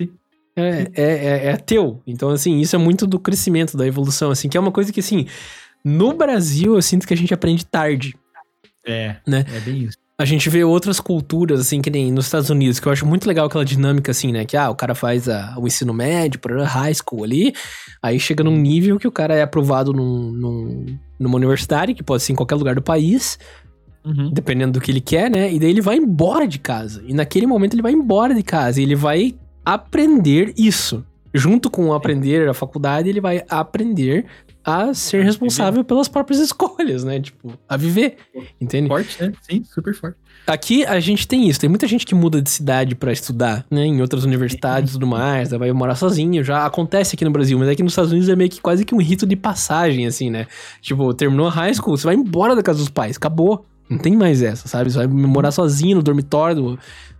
É teu. Então, assim, isso é muito do crescimento, da evolução, assim, que é uma coisa que, assim, no Brasil eu sinto que a gente aprende tarde. Né? É bem isso. A gente vê outras culturas, assim, que nem nos Estados Unidos, que eu acho muito legal aquela dinâmica, assim, né? Que, o cara faz o ensino médio, para high school ali, aí chega num nível que o cara é aprovado numa universidade, que pode ser em qualquer lugar do país, dependendo do que ele quer, né? E daí ele vai embora de casa. E naquele momento ele vai embora de casa e ele vai aprender isso. Junto com aprender a faculdade, ele vai aprender a ser responsável pelas próprias escolhas, né? Tipo, a viver, entende? Forte, né? Sim, super forte. Aqui a gente tem isso, tem muita gente que muda de cidade pra estudar, né? Em outras universidades e tudo mais, vai morar sozinho, já acontece aqui no Brasil, mas aqui nos Estados Unidos é meio que quase que um rito de passagem, assim, né? Tipo, terminou a high school, você vai embora da casa dos pais, acabou. Não tem mais essa, sabe? Você vai morar sozinho no dormitório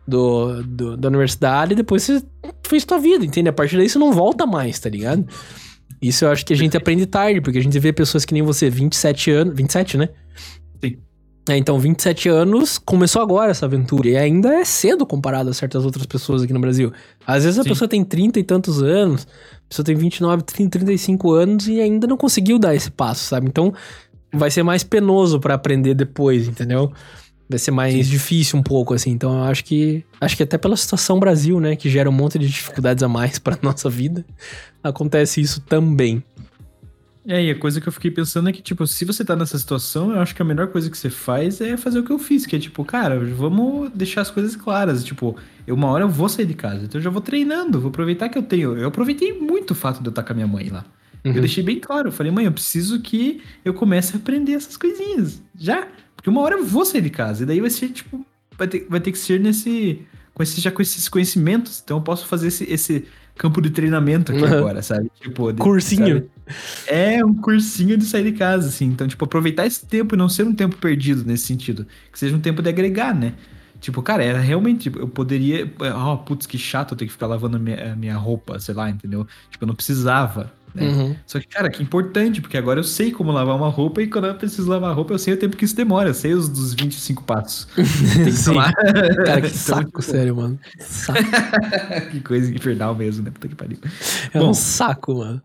da universidade e depois você fez sua vida, entende? A partir daí você não volta mais, tá ligado? Isso eu acho que a gente aprende tarde, porque a gente vê pessoas que nem você, 27 anos... 27, né? Sim. Então, 27 anos, começou agora essa aventura. E ainda é cedo comparado a certas outras pessoas aqui no Brasil. Às vezes a pessoa tem 30 e tantos anos, a pessoa tem 29, 30, 35 anos e ainda não conseguiu dar esse passo, sabe? Então, vai ser mais penoso pra aprender depois, entendeu? Vai ser mais difícil um pouco, assim. Então, eu acho que até pela situação Brasil, né? Que gera um monte de dificuldades a mais pra nossa vida. Acontece isso também. E a coisa que eu fiquei pensando é que, tipo, se você tá nessa situação, eu acho que a melhor coisa que você faz é fazer o que eu fiz, que é tipo, cara, vamos deixar as coisas claras. Tipo, uma hora eu vou sair de casa, então eu já vou treinando, vou aproveitar que eu tenho. Eu aproveitei muito o fato de eu estar com a minha mãe lá. Eu deixei bem claro, eu falei, mãe, eu preciso que eu comece a aprender essas coisinhas, já. Porque uma hora eu vou sair de casa, e daí vai ser, tipo, vai ter que ser com esses conhecimentos. Então eu posso fazer esse campo de treinamento aqui agora, sabe? Tipo, cursinho. Sabe? É um cursinho de sair de casa, assim. Então, tipo, aproveitar esse tempo e não ser um tempo perdido nesse sentido. Que seja um tempo de agregar, né? Tipo, cara, era realmente... Tipo, eu poderia... putz, que chato eu ter que ficar lavando a minha roupa, sei lá, entendeu? Tipo, eu não precisava, né? Só que, cara, que importante, porque agora eu sei como lavar uma roupa e quando eu preciso lavar a roupa, eu sei o tempo que isso demora. Eu sei dos 25 passos. Tem que tomar. Cara, que saco, tipo... sério, mano. Saco. Que coisa infernal mesmo, né? Puta que pariu. Um saco, mano.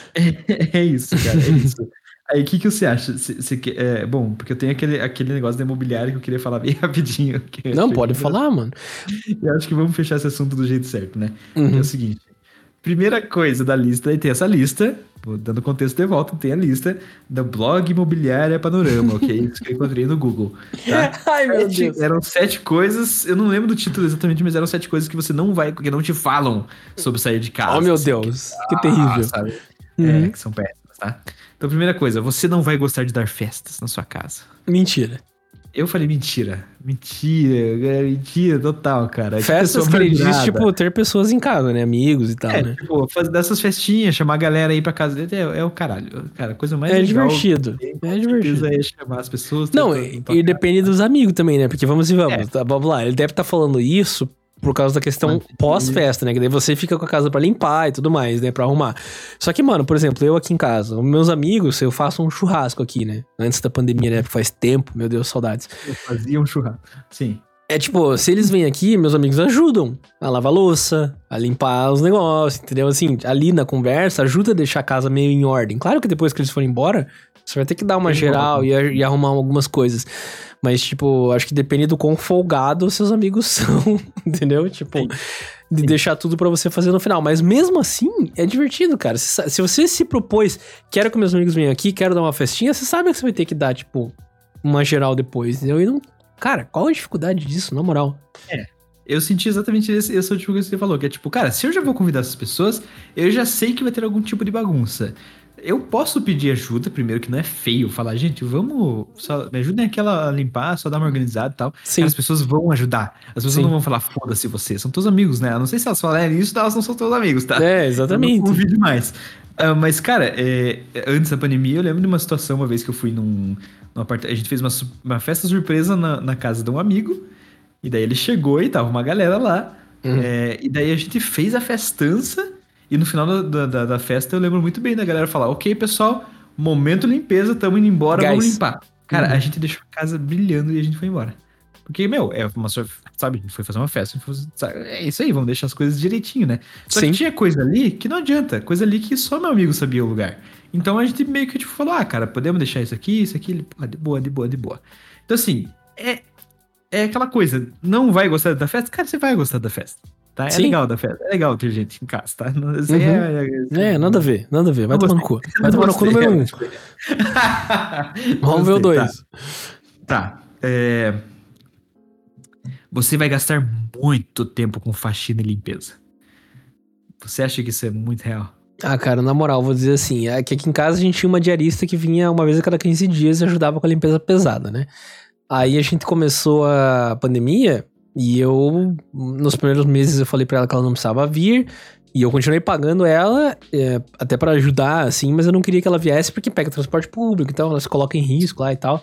É isso, cara, é isso. Aí, o que você acha? Bom, porque eu tenho aquele negócio da imobiliária que eu queria falar bem rapidinho. Não, pode falar, mano. Eu acho que vamos fechar esse assunto do jeito certo, né? Que é o seguinte. Primeira coisa da lista, aí tem essa lista, dando contexto de volta, tem a lista do blog Imobiliária Panorama, ok? Isso que eu encontrei no Google. Tá? Ai, meu Deus. Eram 7 coisas, eu não lembro do título exatamente, mas eram 7 coisas que você não vai, porque não te falam sobre sair de casa. Oh, meu Deus, que terrível. Sabe? Que são péssimas, tá? Então, primeira coisa, você não vai gostar de dar festas na sua casa. Mentira. Eu falei mentira total, cara. Festas que ele diz, tipo, ter pessoas em casa, né? Amigos e tal, né? Tipo, fazer dessas festinhas, chamar a galera aí pra casa dele, é o caralho. Cara, a coisa mais legal. Divertido. É divertido. É chamar as pessoas. Não, e depende dos amigos também, né? Porque vamos e vamos, tá? Vamos lá, ele deve estar falando isso por causa da questão pós-festa, né? Que daí você fica com a casa pra limpar e tudo mais, né? Pra arrumar. Só que, mano, por exemplo, eu aqui em casa, meus amigos, eu faço um churrasco aqui, né? Antes da pandemia, né? Porque faz tempo, meu Deus, saudades. Eu fazia um churrasco, sim. É tipo, se eles vêm aqui, meus amigos ajudam a lavar louça, a limpar os negócios, entendeu? Assim, ali na conversa, ajuda a deixar a casa meio em ordem. Claro que depois que eles forem embora, você vai ter que dar uma geral e arrumar algumas coisas. Mas, tipo, acho que depende do quão folgado os seus amigos são, entendeu? Tipo, de deixar tudo pra você fazer no final. Mas mesmo assim, é divertido, cara. Se você se propôs, quero que meus amigos venham aqui, quero dar uma festinha, você sabe que você vai ter que dar, tipo, uma geral depois, entendeu? E não... Cara, qual a dificuldade disso, na moral? Eu senti exatamente essa tipo que você falou, que é tipo, cara, se eu já vou convidar essas pessoas, eu já sei que vai ter algum tipo de bagunça. Eu posso pedir ajuda, primeiro, que não é feio, falar, gente, vamos, me ajudem aqui a limpar, só dar uma organizada e tal. Sim. Cara, as pessoas vão ajudar. As pessoas Sim. não vão falar, foda-se você, são teus amigos, né? Eu não sei se elas falarem isso, elas não são teus amigos, tá? Exatamente. Eu não convido mais. Mas, cara, antes da pandemia, eu lembro de uma situação, uma vez que eu fui num apartamento, a gente fez uma festa surpresa na casa de um amigo, e daí ele chegou e tava uma galera lá. E daí a gente fez a festança. E no final da festa eu lembro muito bem da galera falar: ok, pessoal, momento limpeza, tamo indo embora, vamos limpar. Cara, a gente deixou a casa brilhando e a gente foi embora. Porque, sabe, a gente foi fazer uma festa. É isso aí, vamos deixar as coisas direitinho, né? Só que tinha coisa ali que não adianta. Coisa ali que só meu amigo sabia o lugar. Então a gente meio que tipo, falou: cara, podemos deixar isso aqui. Ele, de boa. Então assim, é aquela coisa, não vai gostar da festa? Cara, você vai gostar da festa, tá? É legal da festa, é legal ter gente em casa, tá? Nada a ver. Vai tomar no cu. Vai tomar no cu número 1. Vamos ver o 2. Tá. Você vai gastar muito tempo com faxina e limpeza. Você acha que isso é muito real? Cara, na moral, vou dizer assim, é que aqui em casa a gente tinha uma diarista que vinha uma vez a cada 15 dias e ajudava com a limpeza pesada, né? Aí a gente começou a pandemia e eu, nos primeiros meses, eu falei pra ela que ela não precisava vir. E eu continuei pagando ela, até pra ajudar, assim, mas eu não queria que ela viesse porque pega transporte público, então ela se coloca em risco lá e tal.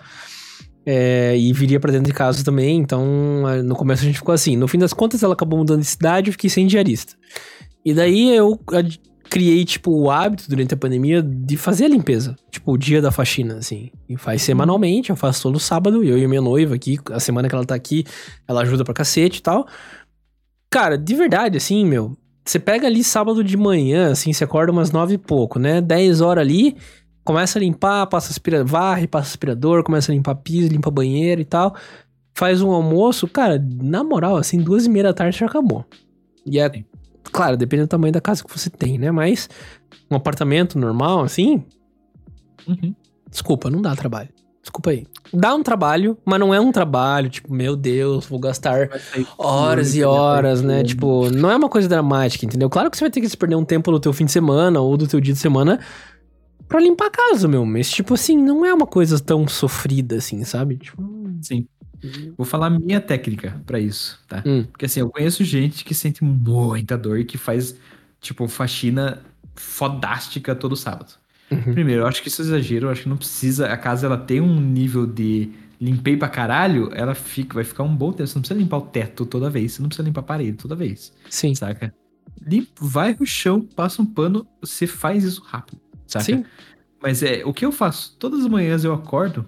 E viria pra dentro de casa também, então no começo a gente ficou assim. No fim das contas, ela acabou mudando de cidade e eu fiquei sem diarista. E daí eu criei, tipo, o hábito durante a pandemia de fazer a limpeza. Tipo, o dia da faxina, assim. E faz semanalmente, eu faço todo sábado, eu e a minha noiva aqui, a semana que ela tá aqui, ela ajuda pra cacete e tal. Cara, de verdade, assim, você pega ali sábado de manhã, assim, você acorda umas 9 e pouco, né? 10 horas ali, começa a limpar, varre, passa aspirador, começa a limpar piso, limpa banheiro e tal. Faz um almoço, cara, na moral, assim, 2h30 da tarde já acabou. E claro, depende do tamanho da casa que você tem, né? Mas um apartamento normal, assim... Desculpa, não dá trabalho. Desculpa aí. Dá um trabalho, mas não é um trabalho, tipo, meu Deus, vou gastar horas e horas, né? Tipo, não é uma coisa dramática, entendeu? Claro que você vai ter que se perder um tempo do teu fim de semana ou do teu dia de semana pra limpar a casa, mas tipo assim, não é uma coisa tão sofrida assim, sabe? Tipo... Sim. Vou falar a minha técnica pra isso, tá? Porque assim, eu conheço gente que sente muita dor e que faz, tipo, faxina fodástica todo sábado. Primeiro, eu acho que isso é exagero, eu acho que não precisa, a casa ela tem um nível de limpei pra caralho, vai ficar um bom tempo, você não precisa limpar o teto toda vez, você não precisa limpar a parede toda vez. Sim. Saca? Vai no chão, passa um pano, você faz isso rápido, saca? Sim. Mas o que eu faço? Todas as manhãs eu acordo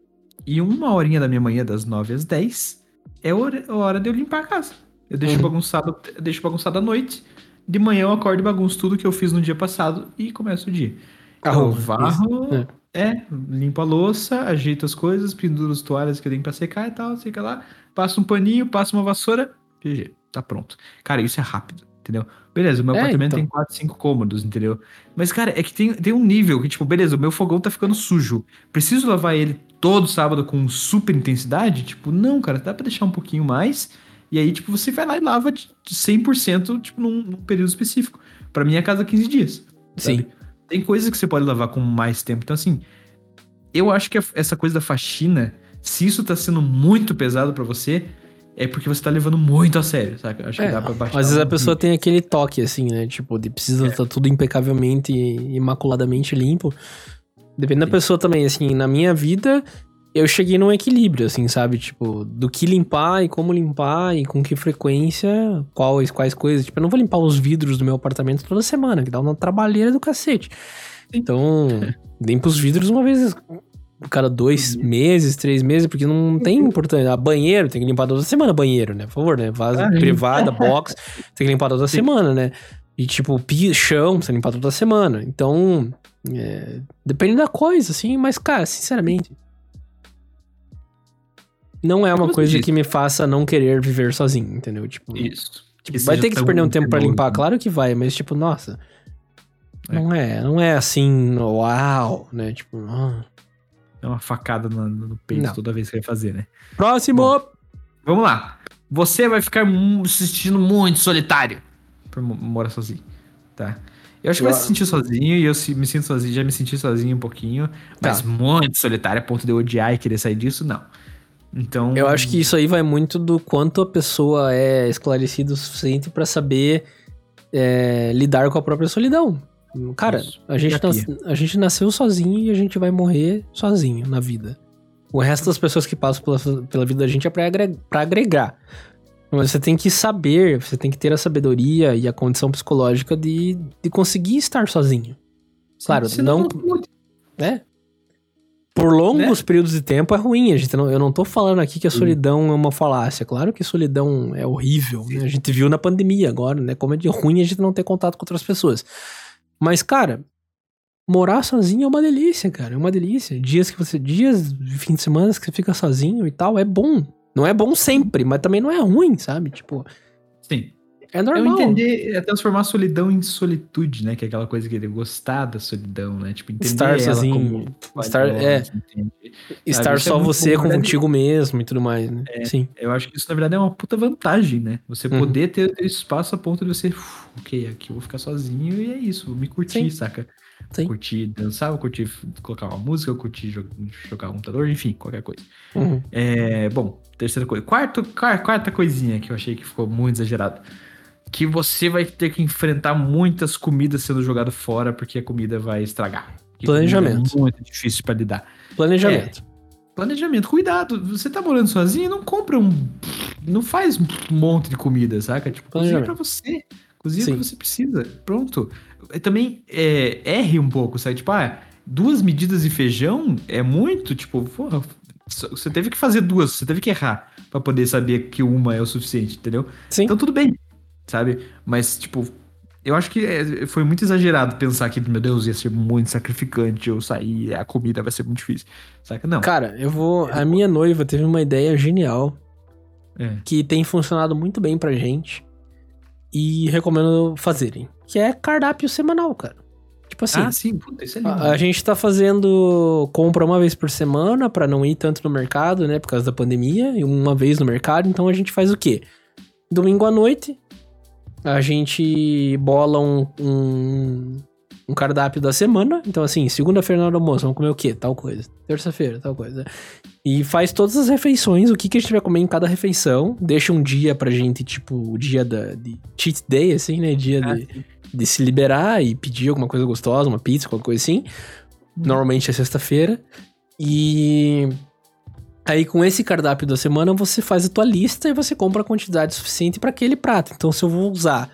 e 1 horinha da minha manhã, das 9 às 10, é hora de eu limpar a casa. Eu deixo bagunçado à noite, de manhã eu acordo e bagunço tudo que eu fiz no dia passado e começo o dia. Eu varro, limpo a louça, ajeito as coisas, penduro as toalhas que eu tenho pra secar e tal, sei lá, passo um paninho, passo uma vassoura, GG, tá pronto. Cara, isso é rápido, entendeu? Beleza, o meu apartamento tem 4, 5 cômodos, entendeu? Mas, cara, é que tem um nível que, tipo, beleza, o meu fogão tá ficando sujo. Preciso lavar ele todo sábado com super intensidade? Tipo, não, cara, dá pra deixar um pouquinho mais. E aí, tipo, você vai lá e lava de 100%, tipo, num período específico. Pra mim, é a cada 15 dias. Sabe? Sim. Tem coisas que você pode lavar com mais tempo. Então, assim, eu acho que essa coisa da faxina, se isso tá sendo muito pesado pra você, é porque você tá levando muito a sério, sabe? Acho que dá pra baixar. Às vezes a pessoa tem aquele toque, assim, né? Tipo, precisa estar tudo impecavelmente, imaculadamente limpo. Depende da pessoa também, assim, na minha vida, eu cheguei num equilíbrio, assim, sabe? Tipo, do que limpar e como limpar e com que frequência, quais coisas. Tipo, eu não vou limpar os vidros do meu apartamento toda semana, que dá uma trabalheira do cacete. Então, limpo os vidros uma vez cada 2 meses, 3 meses, porque não tem importância. Banheiro, tem que limpar toda semana banheiro, né? Por favor, né? Vaza privada, box, tem que limpar toda semana, né? E tipo, chão, precisa limpar toda semana. Então, depende da coisa, assim, mas, cara, sinceramente... não é uma Como coisa você que me faça não querer viver sozinho, entendeu? Tipo, Isso. tipo, vai ter que se perder um tempo pra limpar, né? claro que vai, mas tipo, nossa, não é assim, uau, né? Tipo, É uma facada no peito Não. toda vez que vai fazer, né? Próximo! Bom, vamos lá. Você vai ficar se sentindo muito solitário por morar sozinho, tá? Eu acho que vai se sentir sozinho e me sinto sozinho, já me senti sozinho um pouquinho, mas muito solitário a ponto de eu odiar e querer sair disso, não. Então... Eu acho que isso aí vai muito do quanto a pessoa é esclarecida o suficiente pra saber lidar com a própria solidão. Cara, a gente nasceu sozinho e a gente vai morrer sozinho na vida. O resto das pessoas que passam pela vida da gente é pra agregar. Mas você tem que saber, você tem que ter a sabedoria e a condição psicológica de conseguir estar sozinho. Claro, não... Por longos períodos de tempo é ruim. Eu não tô falando aqui que a solidão é uma falácia. Claro que solidão é horrível, né? A gente viu na pandemia agora, né? Como é de ruim a gente não ter contato com outras pessoas. Mas, cara, morar sozinho é uma delícia, cara. É uma delícia. Dias, fim de semana que você fica sozinho e tal, é bom. Não é bom sempre, mas também não é ruim, sabe? Tipo... Sim. É normal. Eu entender é transformar a solidão em solitude, né? Que é aquela coisa que ele gostar da solidão, né? Tipo, entender estar ela sozinho. como Estar só você contigo mesmo e tudo mais, né? Sim. Eu acho que isso, na verdade, é uma puta vantagem, né? Você poder ter espaço a ponto de você... Ok, aqui eu vou ficar sozinho e é isso. Vou me curtir, saca? Sim. Curtir dançar, vou curtir colocar uma música, vou curtir jogar um computador, enfim, qualquer coisa. Bom, terceira coisa. Quarta coisinha que eu achei que ficou muito exagerado. Que você vai ter que enfrentar muitas comidas sendo jogadas fora porque a comida vai estragar. Planejamento. É muito difícil pra lidar. Planejamento. Cuidado. Você tá morando sozinho, não compra não faz um monte de comida, saca? Tipo, cozinha pra você. Cozinha o que você precisa. Pronto. Também erre um pouco, sabe? Tipo, 2 medidas de feijão é muito, tipo, porra, você teve que fazer 2, você teve que errar pra poder saber que uma é o suficiente, entendeu? Sim. Então tudo bem, sabe? Mas, tipo, eu acho que foi muito exagerado pensar que, meu Deus, ia ser muito sacrificante eu sair, a comida vai ser muito difícil, saca? Não. Cara, a minha noiva teve uma ideia genial que tem funcionado muito bem pra gente e recomendo fazerem, que é cardápio semanal, cara. Tipo assim, sim, puta, isso é lindo. A gente tá fazendo compra uma vez por semana pra não ir tanto no mercado, né, por causa da pandemia, e uma vez no mercado, então a gente faz o quê? Domingo à noite, a gente bola um cardápio da semana. Então, assim, segunda-feira na hora do almoço, vamos comer o quê? Tal coisa. Terça-feira, tal coisa. E faz todas as refeições, o que a gente vai comer em cada refeição. Deixa um dia pra gente, tipo, o dia de cheat day, assim, né? Dia de se liberar e pedir alguma coisa gostosa, uma pizza, qualquer coisa assim. Normalmente é sexta-feira. E... aí, com esse cardápio da semana, você faz a tua lista e você compra a quantidade suficiente para aquele prato. Então, se eu vou usar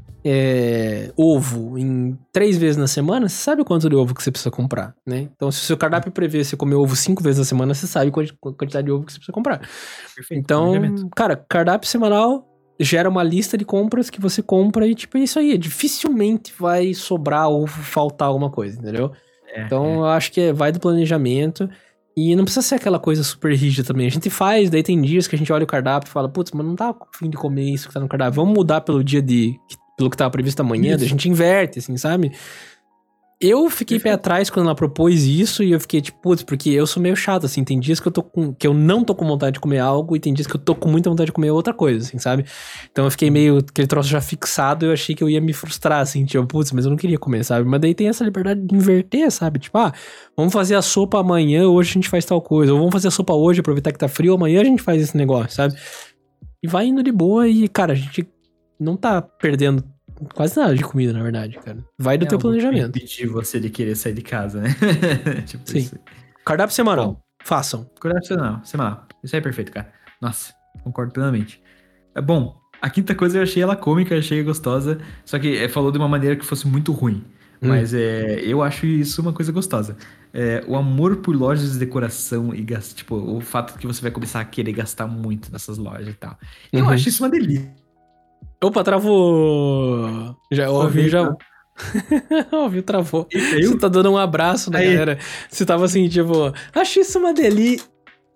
ovo em 3 vezes na semana, você sabe quanto de ovo que você precisa comprar, né? Então, se o seu cardápio prevê você comer ovo 5 vezes na semana, você sabe a quantidade de ovo que você precisa comprar. Perfeito, então, cara, cardápio semanal gera uma lista de compras que você compra e, tipo, é isso aí. Dificilmente vai sobrar ou faltar alguma coisa, entendeu? Então, eu acho que vai do planejamento. E não precisa ser aquela coisa super rígida também. A gente faz, daí tem dias que a gente olha o cardápio e fala, putz, mas não tá com fim de comer isso que tá no cardápio. Vamos mudar pelo pelo que tava previsto amanhã, daí a gente inverte, assim, sabe? Eu fiquei pé atrás quando ela propôs isso e eu fiquei tipo, putz, porque eu sou meio chato, assim. Tem dias que eu não tô com vontade de comer algo e tem dias que eu tô com muita vontade de comer outra coisa, assim, sabe? Então eu fiquei meio, aquele troço já fixado, eu achei que eu ia me frustrar, assim, tipo, putz, mas eu não queria comer, sabe? Mas daí tem essa liberdade de inverter, sabe? Tipo, vamos fazer a sopa amanhã, hoje a gente faz tal coisa. Ou vamos fazer a sopa hoje, aproveitar que tá frio, amanhã a gente faz esse negócio, sabe? E vai indo de boa e, cara, a gente não tá perdendo quase nada de comida, na verdade, cara. Vai do teu planejamento. Impedir você de querer sair de casa, né? Tipo sim. Isso. Cardápio semanal. Façam. Cardápio semanal. Isso aí é perfeito, cara. Nossa, concordo plenamente. Bom, a quinta coisa eu achei ela cômica, achei gostosa, só que falou de uma maneira que fosse muito ruim. Mas eu acho isso uma coisa gostosa. O amor por lojas de decoração e tipo, o fato que você vai começar a querer gastar muito nessas lojas e tal. Eu acho isso uma delícia. Opa, travou! Já ouvi, já. Ouvi, travou. Você tá dando um abraço na galera. Você tava assim, tipo, acho isso uma delícia.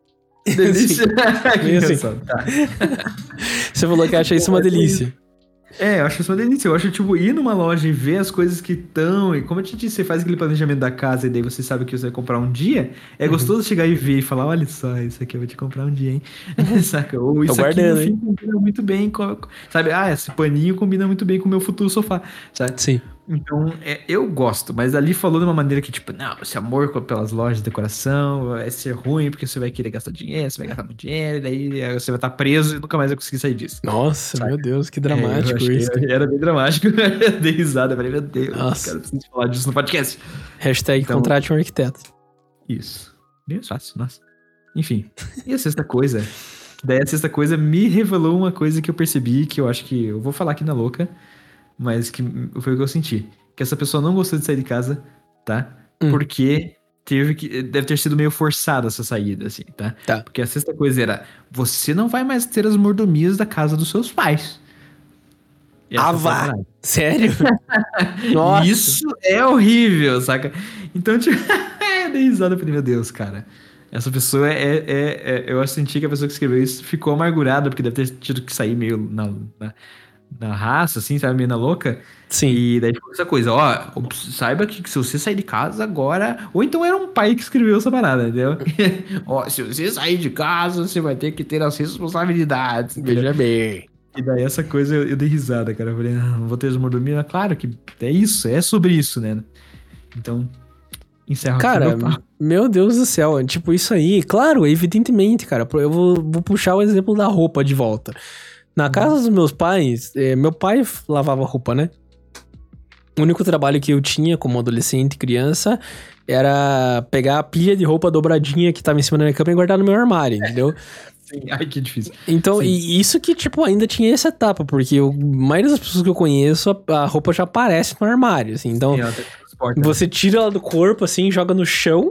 Delícia. Que Assim. engraçado. Tá. Você falou que acha isso uma delícia. Eu acho isso uma delícia. Eu acho, tipo, ir numa loja e ver as coisas que estão. E como eu te disse, você faz aquele planejamento da casa e daí você sabe o que você vai comprar um dia. É gostoso chegar e ver e falar: olha só, isso aqui eu vou te comprar um dia, hein? Saca? Ou isso aqui no fim combina muito bem com. Sabe? Esse paninho combina muito bem com o meu futuro sofá. Sabe? Sim. Então, eu gosto, mas ali falou de uma maneira que, tipo, não, esse amor pelas lojas de decoração vai ser ruim porque você vai querer gastar dinheiro, você vai gastar muito dinheiro, e daí você vai estar preso e nunca mais vai conseguir sair disso. Nossa, sabe? Meu Deus, que dramático isso. Era bem dramático, eu dei risada, falei, meu Deus, nossa, cara, preciso falar disso no podcast. Hashtag então, contrate um arquiteto. Isso, bem fácil, nossa. Enfim, e a sexta coisa? Daí a sexta coisa me revelou uma coisa que eu percebi, que eu acho que eu vou falar aqui na louca, mas que foi o que eu senti. Que essa pessoa não gostou de sair de casa, tá? Porque deve ter sido meio forçada essa saída, assim, tá? Porque a sexta coisa era, você não vai mais ter as mordomias da casa dos seus pais. Vá! Sério? Nossa! Isso é horrível, saca? Então, tipo, eu dei risada, falei, meu Deus, cara. Essa pessoa eu senti que a pessoa que escreveu isso ficou amargurada, porque deve ter tido que sair meio na raça, assim, sabe? Meio na louca. Sim. E daí ficou essa coisa, saiba que se você sair de casa agora... Ou então era um pai que escreveu essa parada, entendeu? Se você sair de casa, você vai ter que ter as responsabilidades. Veja bem. E daí essa coisa eu dei risada, cara. Eu falei, não vou ter as mordomias. Claro que é isso, é sobre isso, né? Então, encerra cara, aqui meu papo. Meu Deus do céu, tipo, isso aí, claro, evidentemente, cara. Eu vou puxar o exemplo da roupa de volta. Na casa dos meus pais, meu pai lavava roupa, né? O único trabalho que eu tinha como adolescente e criança era pegar a pilha de roupa dobradinha que tava em cima da minha cama e guardar no meu armário, entendeu? Sim, ai, que difícil. Então, e isso que, tipo, ainda tinha essa etapa, porque a maioria das pessoas que eu conheço, a roupa já aparece no armário, assim. Então, você tira ela do corpo, assim, joga no chão,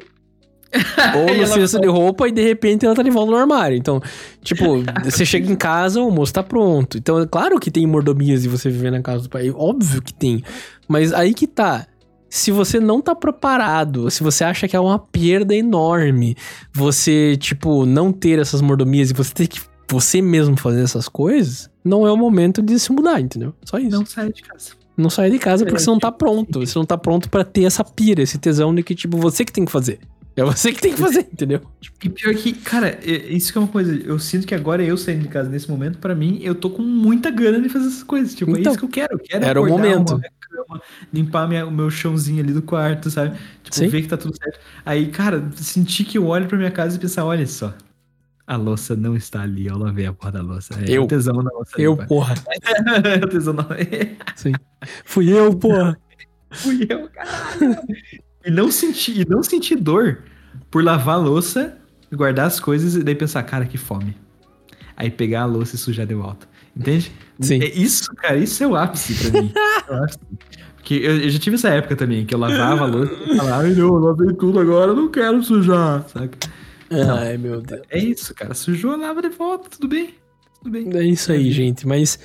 ou no cesto de roupa, e de repente ela tá de volta no armário. Então, tipo, você chega em casa, o almoço tá pronto. Então, é claro que tem mordomias de você viver na casa do pai, óbvio que tem. Mas aí que tá. Se você não tá preparado, se você acha que é uma perda enorme, você, tipo, não ter essas mordomias e você ter que você mesmo fazer essas coisas, não é o momento de se mudar, entendeu? Só isso. Não saia de casa. Não saia de casa porque você não tá pronto. Você não tá pronto pra ter essa pira, esse tesão de que, tipo, você que tem que fazer. É você que tem que fazer, entendeu? E pior que, cara, isso que é uma coisa, eu sinto que agora eu saindo de casa nesse momento, pra mim, eu tô com muita gana de fazer essas coisas. Tipo, então, é isso que eu quero. Eu quero era o momento. Cama, limpar o meu chãozinho ali do quarto, sabe? Tipo, ver que tá tudo certo. Aí, cara, sentir que eu olho pra minha casa e pensar, olha só, a louça não está ali, eu lavei a porra da louça. O tesão na louça. Porra. O tesão na... Sim. Fui eu, porra. Fui eu, caralho. E não sentir dor por lavar a louça, guardar as coisas e daí pensar, cara, que fome. Aí pegar a louça e sujar de volta. Entende? Sim. Isso, cara, isso é o ápice pra mim. Porque eu já tive essa época também, que eu lavava a louça e falava, ai, não, eu lavei tudo agora, eu não quero sujar, saca? Ai, meu Deus. É isso, cara. Sujou, lava de volta, tudo bem. Tudo bem. É isso aí, gente. Mas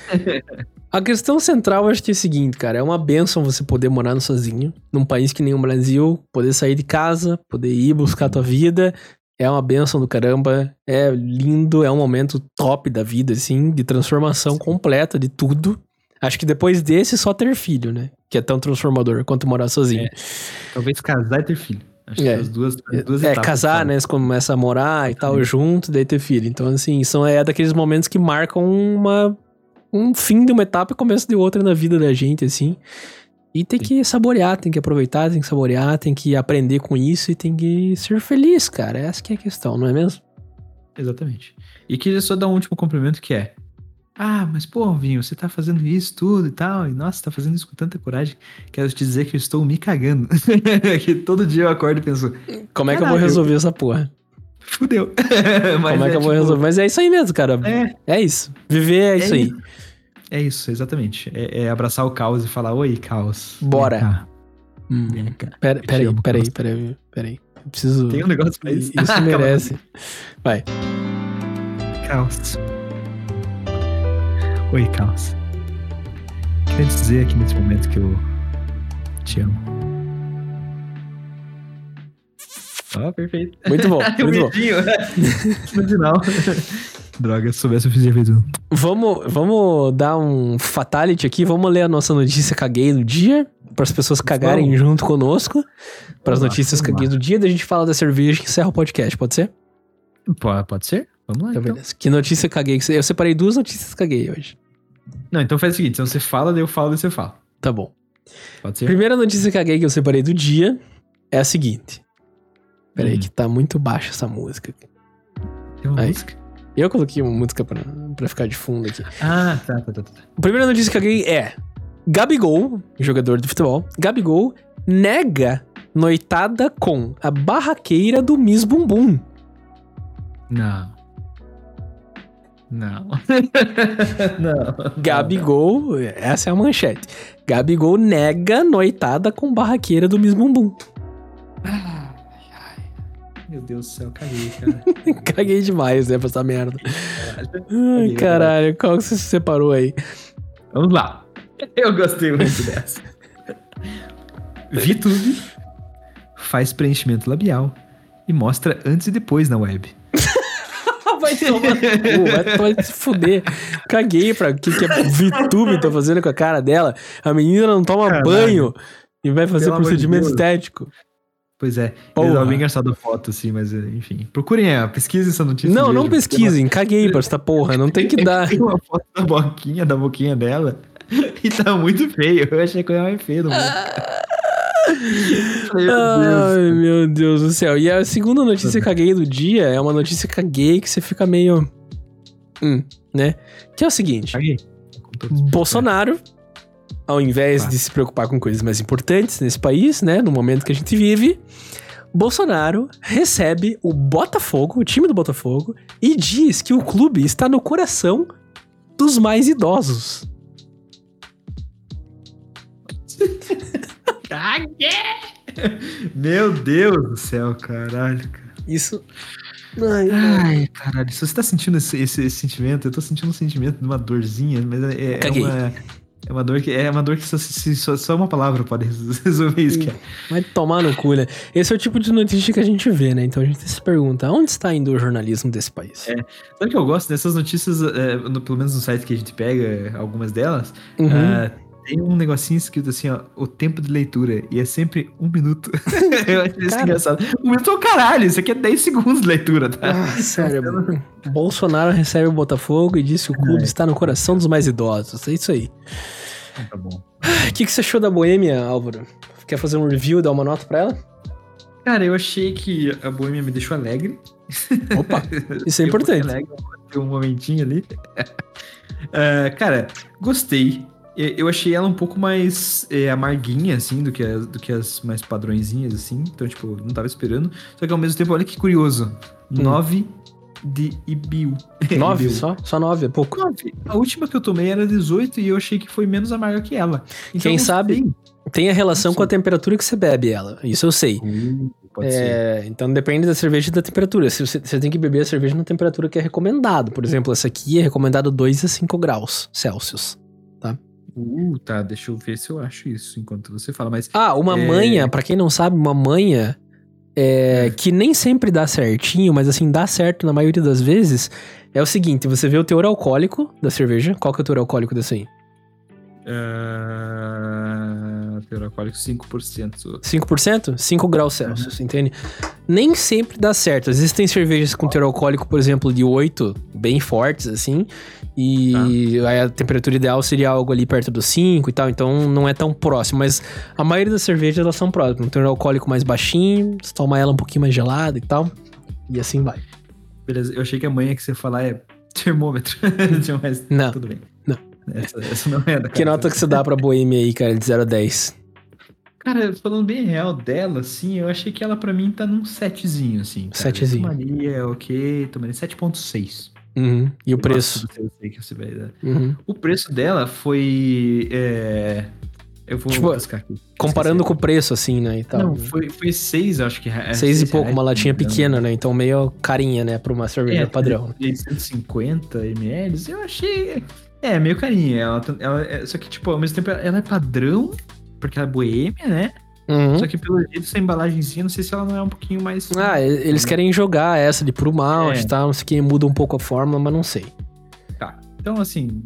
a questão central, eu acho que é o seguinte, cara. É uma bênção você poder morar sozinho, num país que nem o Brasil, poder sair de casa, poder ir buscar a tua vida. É uma bênção do caramba. É lindo, é um momento top da vida, assim, de transformação completa de tudo. Acho que depois desse, só ter filho, né? Que é tão transformador quanto morar sozinho. Talvez casar e ter filho. Acho que as duas etapas. Casar, né? Você começa a morar e tal, junto, daí ter filho. Então, assim, é daqueles momentos que marcam um fim de uma etapa e começo de outra na vida da gente, assim. E tem que saborear, tem que aproveitar, tem que saborear, tem que aprender com isso e tem que ser feliz, cara. Essa que é a questão, não é mesmo? Exatamente. E queria só dar um último cumprimento que é: mas pô, Vinho, você tá fazendo isso tudo e tal, e nossa, tá fazendo isso com tanta coragem, quero te dizer que eu estou me cagando. Que todo dia eu acordo e penso, como é que eu vou resolver essa porra? Fudeu. Mas como é que eu vou resolver? Mas é isso aí mesmo, cara. É isso. Viver é isso aí. É isso, exatamente. É abraçar o caos e falar, oi, caos. Bora. Peraí. Eu preciso... Tem um negócio pra isso. Isso merece. Vai. Caos. Oi, caos. Quero dizer aqui nesse momento que eu te amo. Perfeito. Muito bom, muito bom. No final. Droga, se soubesse eu fizia feito. Vamos dar um fatality aqui, vamos ler a nossa notícia caguei do dia, para as pessoas cagarem junto conosco, para as notícias caguei do dia, daí a gente fala da cerveja e encerra o podcast, pode ser? Pode ser? Vamos lá, então. Beleza. Que notícia caguei? Eu separei 2 notícias caguei hoje. Não, então faz o seguinte, se você fala, daí eu falo, daí você fala. Tá bom. Pode ser? Primeira notícia caguei que eu separei do dia é a seguinte. Peraí, que tá muito baixa essa música. Tem uma música? Eu coloquei uma música pra ficar de fundo aqui. Tá. A primeira notícia que eu caguei é... Gabigol, jogador de futebol, Gabigol nega noitada com a barraqueira do Miss Bumbum. Não. Gabigol, essa é a manchete. Gabigol nega noitada com barraqueira do Miss Bumbum. Meu Deus do céu, caguei, cara. Caguei demais, né, pra essa merda. Ai, caralho, qual que você separou aí? Vamos lá. Eu gostei muito dessa. VTube faz preenchimento labial e mostra antes e depois na web. Vai tomar se fuder. Caguei pra que a VTube tá fazendo com a cara dela. A menina não toma banho e vai fazer procedimento estético. Pois é. É bem engraçado a foto, assim, mas enfim. Procurem, pesquisem essa notícia. Não pesquisem. Caguei pra essa porra. Não tem que dar. Tem uma foto da boquinha dela e tá muito feio. Eu achei que eu ia mais feio do mundo. Ai, meu Deus do céu. E a segunda notícia caguei do dia é uma notícia caguei que você fica meio... né? Que é o seguinte. Caguei. Bolsonaro, ao invés de se preocupar com coisas mais importantes nesse país, né? No momento que a gente vive, Bolsonaro recebe o Botafogo, o time do Botafogo, e diz que o clube está no coração dos mais idosos. Meu Deus do céu, caralho. Isso... Ai, caralho. Se você tá sentindo esse sentimento, eu tô sentindo um sentimento de uma dorzinha, mas é uma dor que só uma palavra pode resolver isso. Vai tomar no cu, né? Esse é o tipo de notícia que a gente vê, né? Então a gente se pergunta, onde está indo o jornalismo desse país? Sabe o que eu gosto dessas notícias, pelo menos no site que a gente pega, algumas delas, tem um negocinho escrito assim, ó, o tempo de leitura, e é sempre 1 minuto. Eu acho isso engraçado. 1 minuto é o caralho, isso aqui é 10 segundos de leitura, tá? Sério, Bolsonaro recebe o Botafogo e diz que o clube está no coração dos mais idosos. É isso aí. Tá bom. O que você achou da Boêmia, Álvaro? Quer fazer um review e dar uma nota pra ela? Cara, eu achei que a Boêmia me deixou alegre. Opa, isso é importante. Tem um momentinho ali. Cara, gostei. Eu achei ela um pouco mais amarguinha, assim, do que as mais padrõezinhas, assim. Então, tipo, não tava esperando. Só que ao mesmo tempo, olha que curioso. 9 de IBU. 9 só? Só 9, é pouco. 9. A última que eu tomei era 18 e eu achei que foi menos amarga que ela. Então, quem sabe tem a relação com a temperatura que você bebe ela. Isso eu sei. Pode ser. Então depende da cerveja e da temperatura. Você tem que beber a cerveja na temperatura que é recomendado. Por exemplo, essa aqui é recomendado 2 a 5 graus Celsius. Tá, deixa eu ver se eu acho isso enquanto você fala, mas... uma manha, pra quem não sabe, uma manha que nem sempre dá certinho, mas assim, dá certo na maioria das vezes, é o seguinte, você vê o teor alcoólico da cerveja, qual que é o teor alcoólico dessa aí? Teor alcoólico 5%. 5%? 5 graus Celsius, entende? Nem sempre dá certo. Existem cervejas com teor alcoólico, por exemplo, de 8, bem fortes, assim, e a temperatura ideal seria algo ali perto dos 5 e tal, então não é tão próximo, mas a maioria das cervejas, elas são próximas. Um teor alcoólico mais baixinho, você toma ela um pouquinho mais gelada e tal, e assim vai. Beleza, eu achei que a manha que você falar é termômetro. Mas não. Tudo bem. Não. Essa não é da Que nota que você dá pra Boêmia aí, cara, de 0 a 10? Cara, falando bem real dela, assim, eu achei que ela pra mim tá num 7zinho, assim. 7zinho. Tomaria, ok, tomaria 7.6. E o preço? Eu sei que você vai dar. O preço dela foi... Eu vou buscar aqui. Comparando com o preço, assim, né, e tal. Não, foi 6, acho que... 6 e pouco, uma latinha pequena, né, então meio carinha, né, pra uma cerveja padrão. 650 ml, eu achei... meio carinha. Ela só que, tipo, ao mesmo tempo, ela é padrão, porque ela é boêmia, né? Só que pelo jeito, essa embalagenzinha, não sei se ela não é um pouquinho mais... Eles querem jogar essa ali pro malte e tal, não sei o que, muda um pouco a forma, mas não sei. Tá, então assim...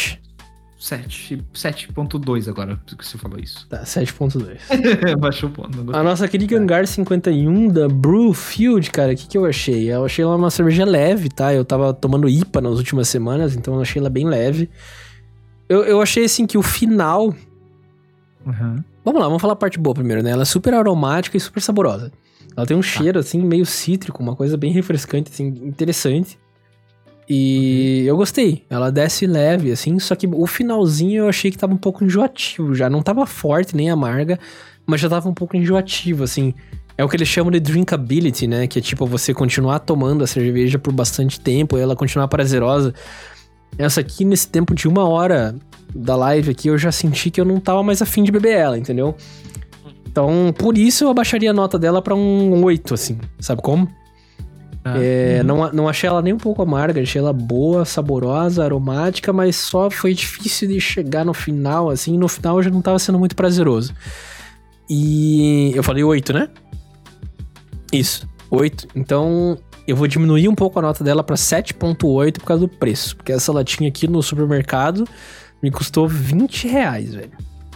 7.2 agora, que você falou isso. Tá, 7.2. Baixou o ponto. A nossa querida Hangar 51 da Brewfield, cara, o que eu achei? Eu achei ela uma cerveja leve, tá? Eu tava tomando IPA nas últimas semanas, então eu achei ela bem leve. Eu achei, assim, que o final... Vamos lá, vamos falar a parte boa primeiro, né? Ela é super aromática e super saborosa. Ela tem um cheiro, assim, meio cítrico, uma coisa bem refrescante, assim, interessante. E eu gostei. Ela desce leve, assim, só que o finalzinho eu achei que tava um pouco enjoativo já. Não tava forte, nem amarga, mas já tava um pouco enjoativo, assim. É o que eles chamam de drinkability, né? Que é tipo você continuar tomando a cerveja por bastante tempo e ela continuar prazerosa. Essa aqui, nesse tempo de 1 hora da live aqui, eu já senti que eu não tava mais afim de beber ela, entendeu? Então, por isso eu abaixaria a nota dela pra um 8, assim. Sabe como? Não achei ela nem um pouco amarga, achei ela boa, saborosa, aromática, mas só foi difícil de chegar no final, assim, no final já não tava sendo muito prazeroso. E eu falei 8, né? Isso, 8. Então eu vou diminuir um pouco a nota dela pra 7.8 por causa do preço, porque essa latinha aqui no supermercado me custou R$20, velho.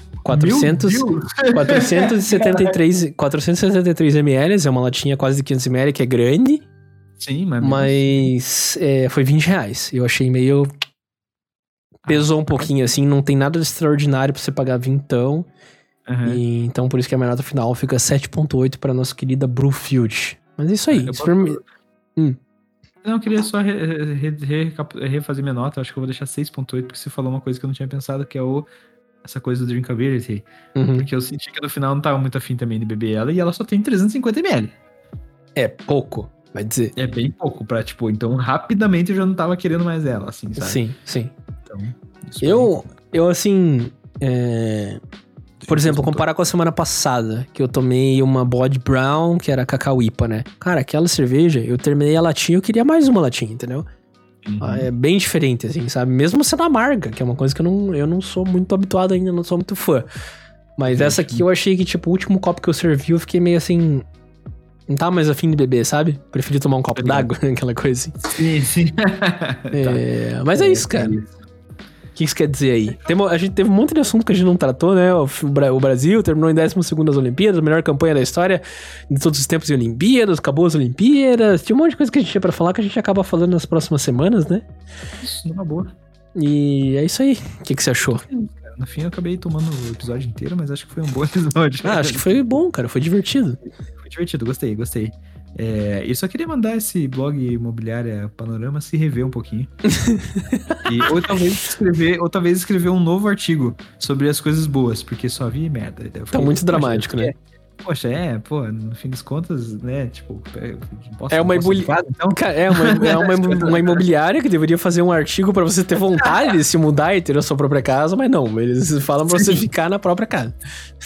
473 ml, é uma latinha quase de 500 ml, que é grande. Sim, mas foi R$20. Eu achei meio... Pesou um pouquinho, assim. Não tem nada de extraordinário pra você pagar vintão. E, então, por isso que a minha nota final fica 7.8 pra nossa querida Brewfield. Mas é isso aí. Não, eu queria só refazer minha nota. Eu acho que eu vou deixar 6.8, porque você falou uma coisa que eu não tinha pensado, que é essa coisa do drinkability. Porque eu senti que no final não tava muito afim também de beber ela, e ela só tem 350 ml. É pouco. Vai dizer. É bem pouco pra, tipo, então rapidamente eu já não tava querendo mais ela, assim, sabe? Sim. Então, eu assim, por exemplo, comparar com a semana passada, que eu tomei uma Bod Brown, que era Cacau IPA, né? Cara, aquela cerveja, eu terminei a latinha, eu queria mais uma latinha, entendeu? É bem diferente, assim, sabe? Mesmo sendo amarga, que é uma coisa que eu não sou muito habituado ainda, não sou muito fã. Mas essa aqui eu achei que, tipo, o último copo que eu servi, eu fiquei meio assim... Não tava mais afim de beber, sabe? Preferi tomar um copo d'água, aquela coisa assim. Sim. Mas é isso, cara. O que isso quer dizer aí? A gente teve um monte de assunto que a gente não tratou, né? O Brasil terminou em 12º nas Olimpíadas, a melhor campanha da história de todos os tempos de Olimpíadas, acabou as Olimpíadas. Tinha um monte de coisa que a gente tinha pra falar que a gente acaba falando nas próximas semanas, né? Isso, numa boa. E é isso aí. O que você achou? No fim eu acabei tomando o episódio inteiro, mas acho que foi um bom episódio. Acho que foi bom, cara. Foi divertido. Foi divertido, gostei. Eu só queria mandar esse blog Imobiliária Panorama se rever um pouquinho. Ou talvez escrever um novo artigo sobre as coisas boas, porque só vi merda. Tá muito dramático, né? Poxa, no fim das contas, né, tipo... Uma imobiliária que deveria fazer um artigo pra você ter vontade de se mudar e ter a sua própria casa, mas não, eles falam pra você ficar na própria casa.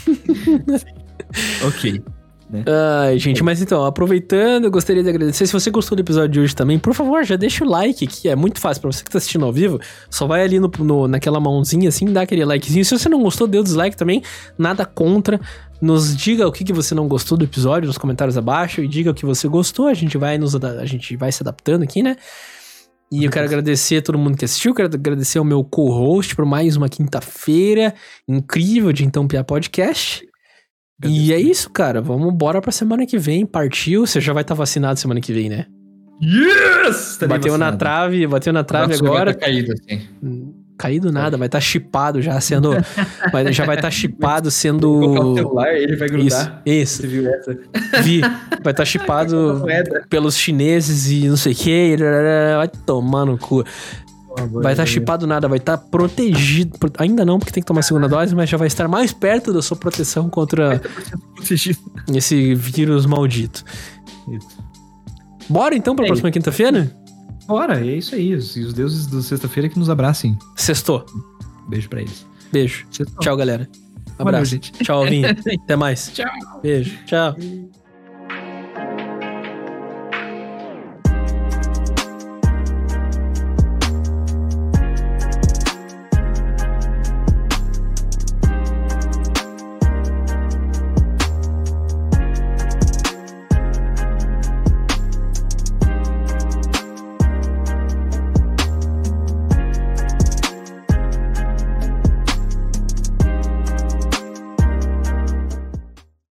Ok. Né? Ai, gente, mas então, aproveitando, eu gostaria de agradecer. Se você gostou do episódio de hoje também, por favor, já deixa o like, que é muito fácil pra você que tá assistindo ao vivo. Só vai ali naquela mãozinha assim, dá aquele likezinho. Se você não gostou, dê o dislike também, nada contra. Nos diga o que você não gostou do episódio nos comentários abaixo e diga o que você gostou. A gente vai se adaptando aqui, né? E eu quero agradecer a todo mundo que assistiu, quero agradecer ao meu co-host por mais uma quinta-feira incrível de Então Piá Podcast. E é isso, cara. Vamos embora pra semana que vem. Partiu. Você já vai estar vacinado semana que vem, né? Yes! Bateu na trave agora. Tá caído, assim. Caído nada, vai estar chipado já sendo... já vai estar chipado sendo... Vou colocar o celular, ele vai grudar. Isso. Você viu essa? Vi. Vai estar chipado pelos chineses e não sei o que. Vai tomar no cu. Vai estar chipado nada, vai estar protegido. Ainda não, porque tem que tomar a segunda dose, mas já vai estar mais perto da sua proteção contra esse vírus maldito. Isso. Bora então pra próxima quinta-feira? Bora, é isso aí. E os deuses da sexta-feira que nos abracem. Sextou. Beijo pra eles. Beijo. Sextou. Tchau, galera. Abraço. Valeu, gente. Tchau, Vinho. Até mais. Tchau. Beijo. Tchau.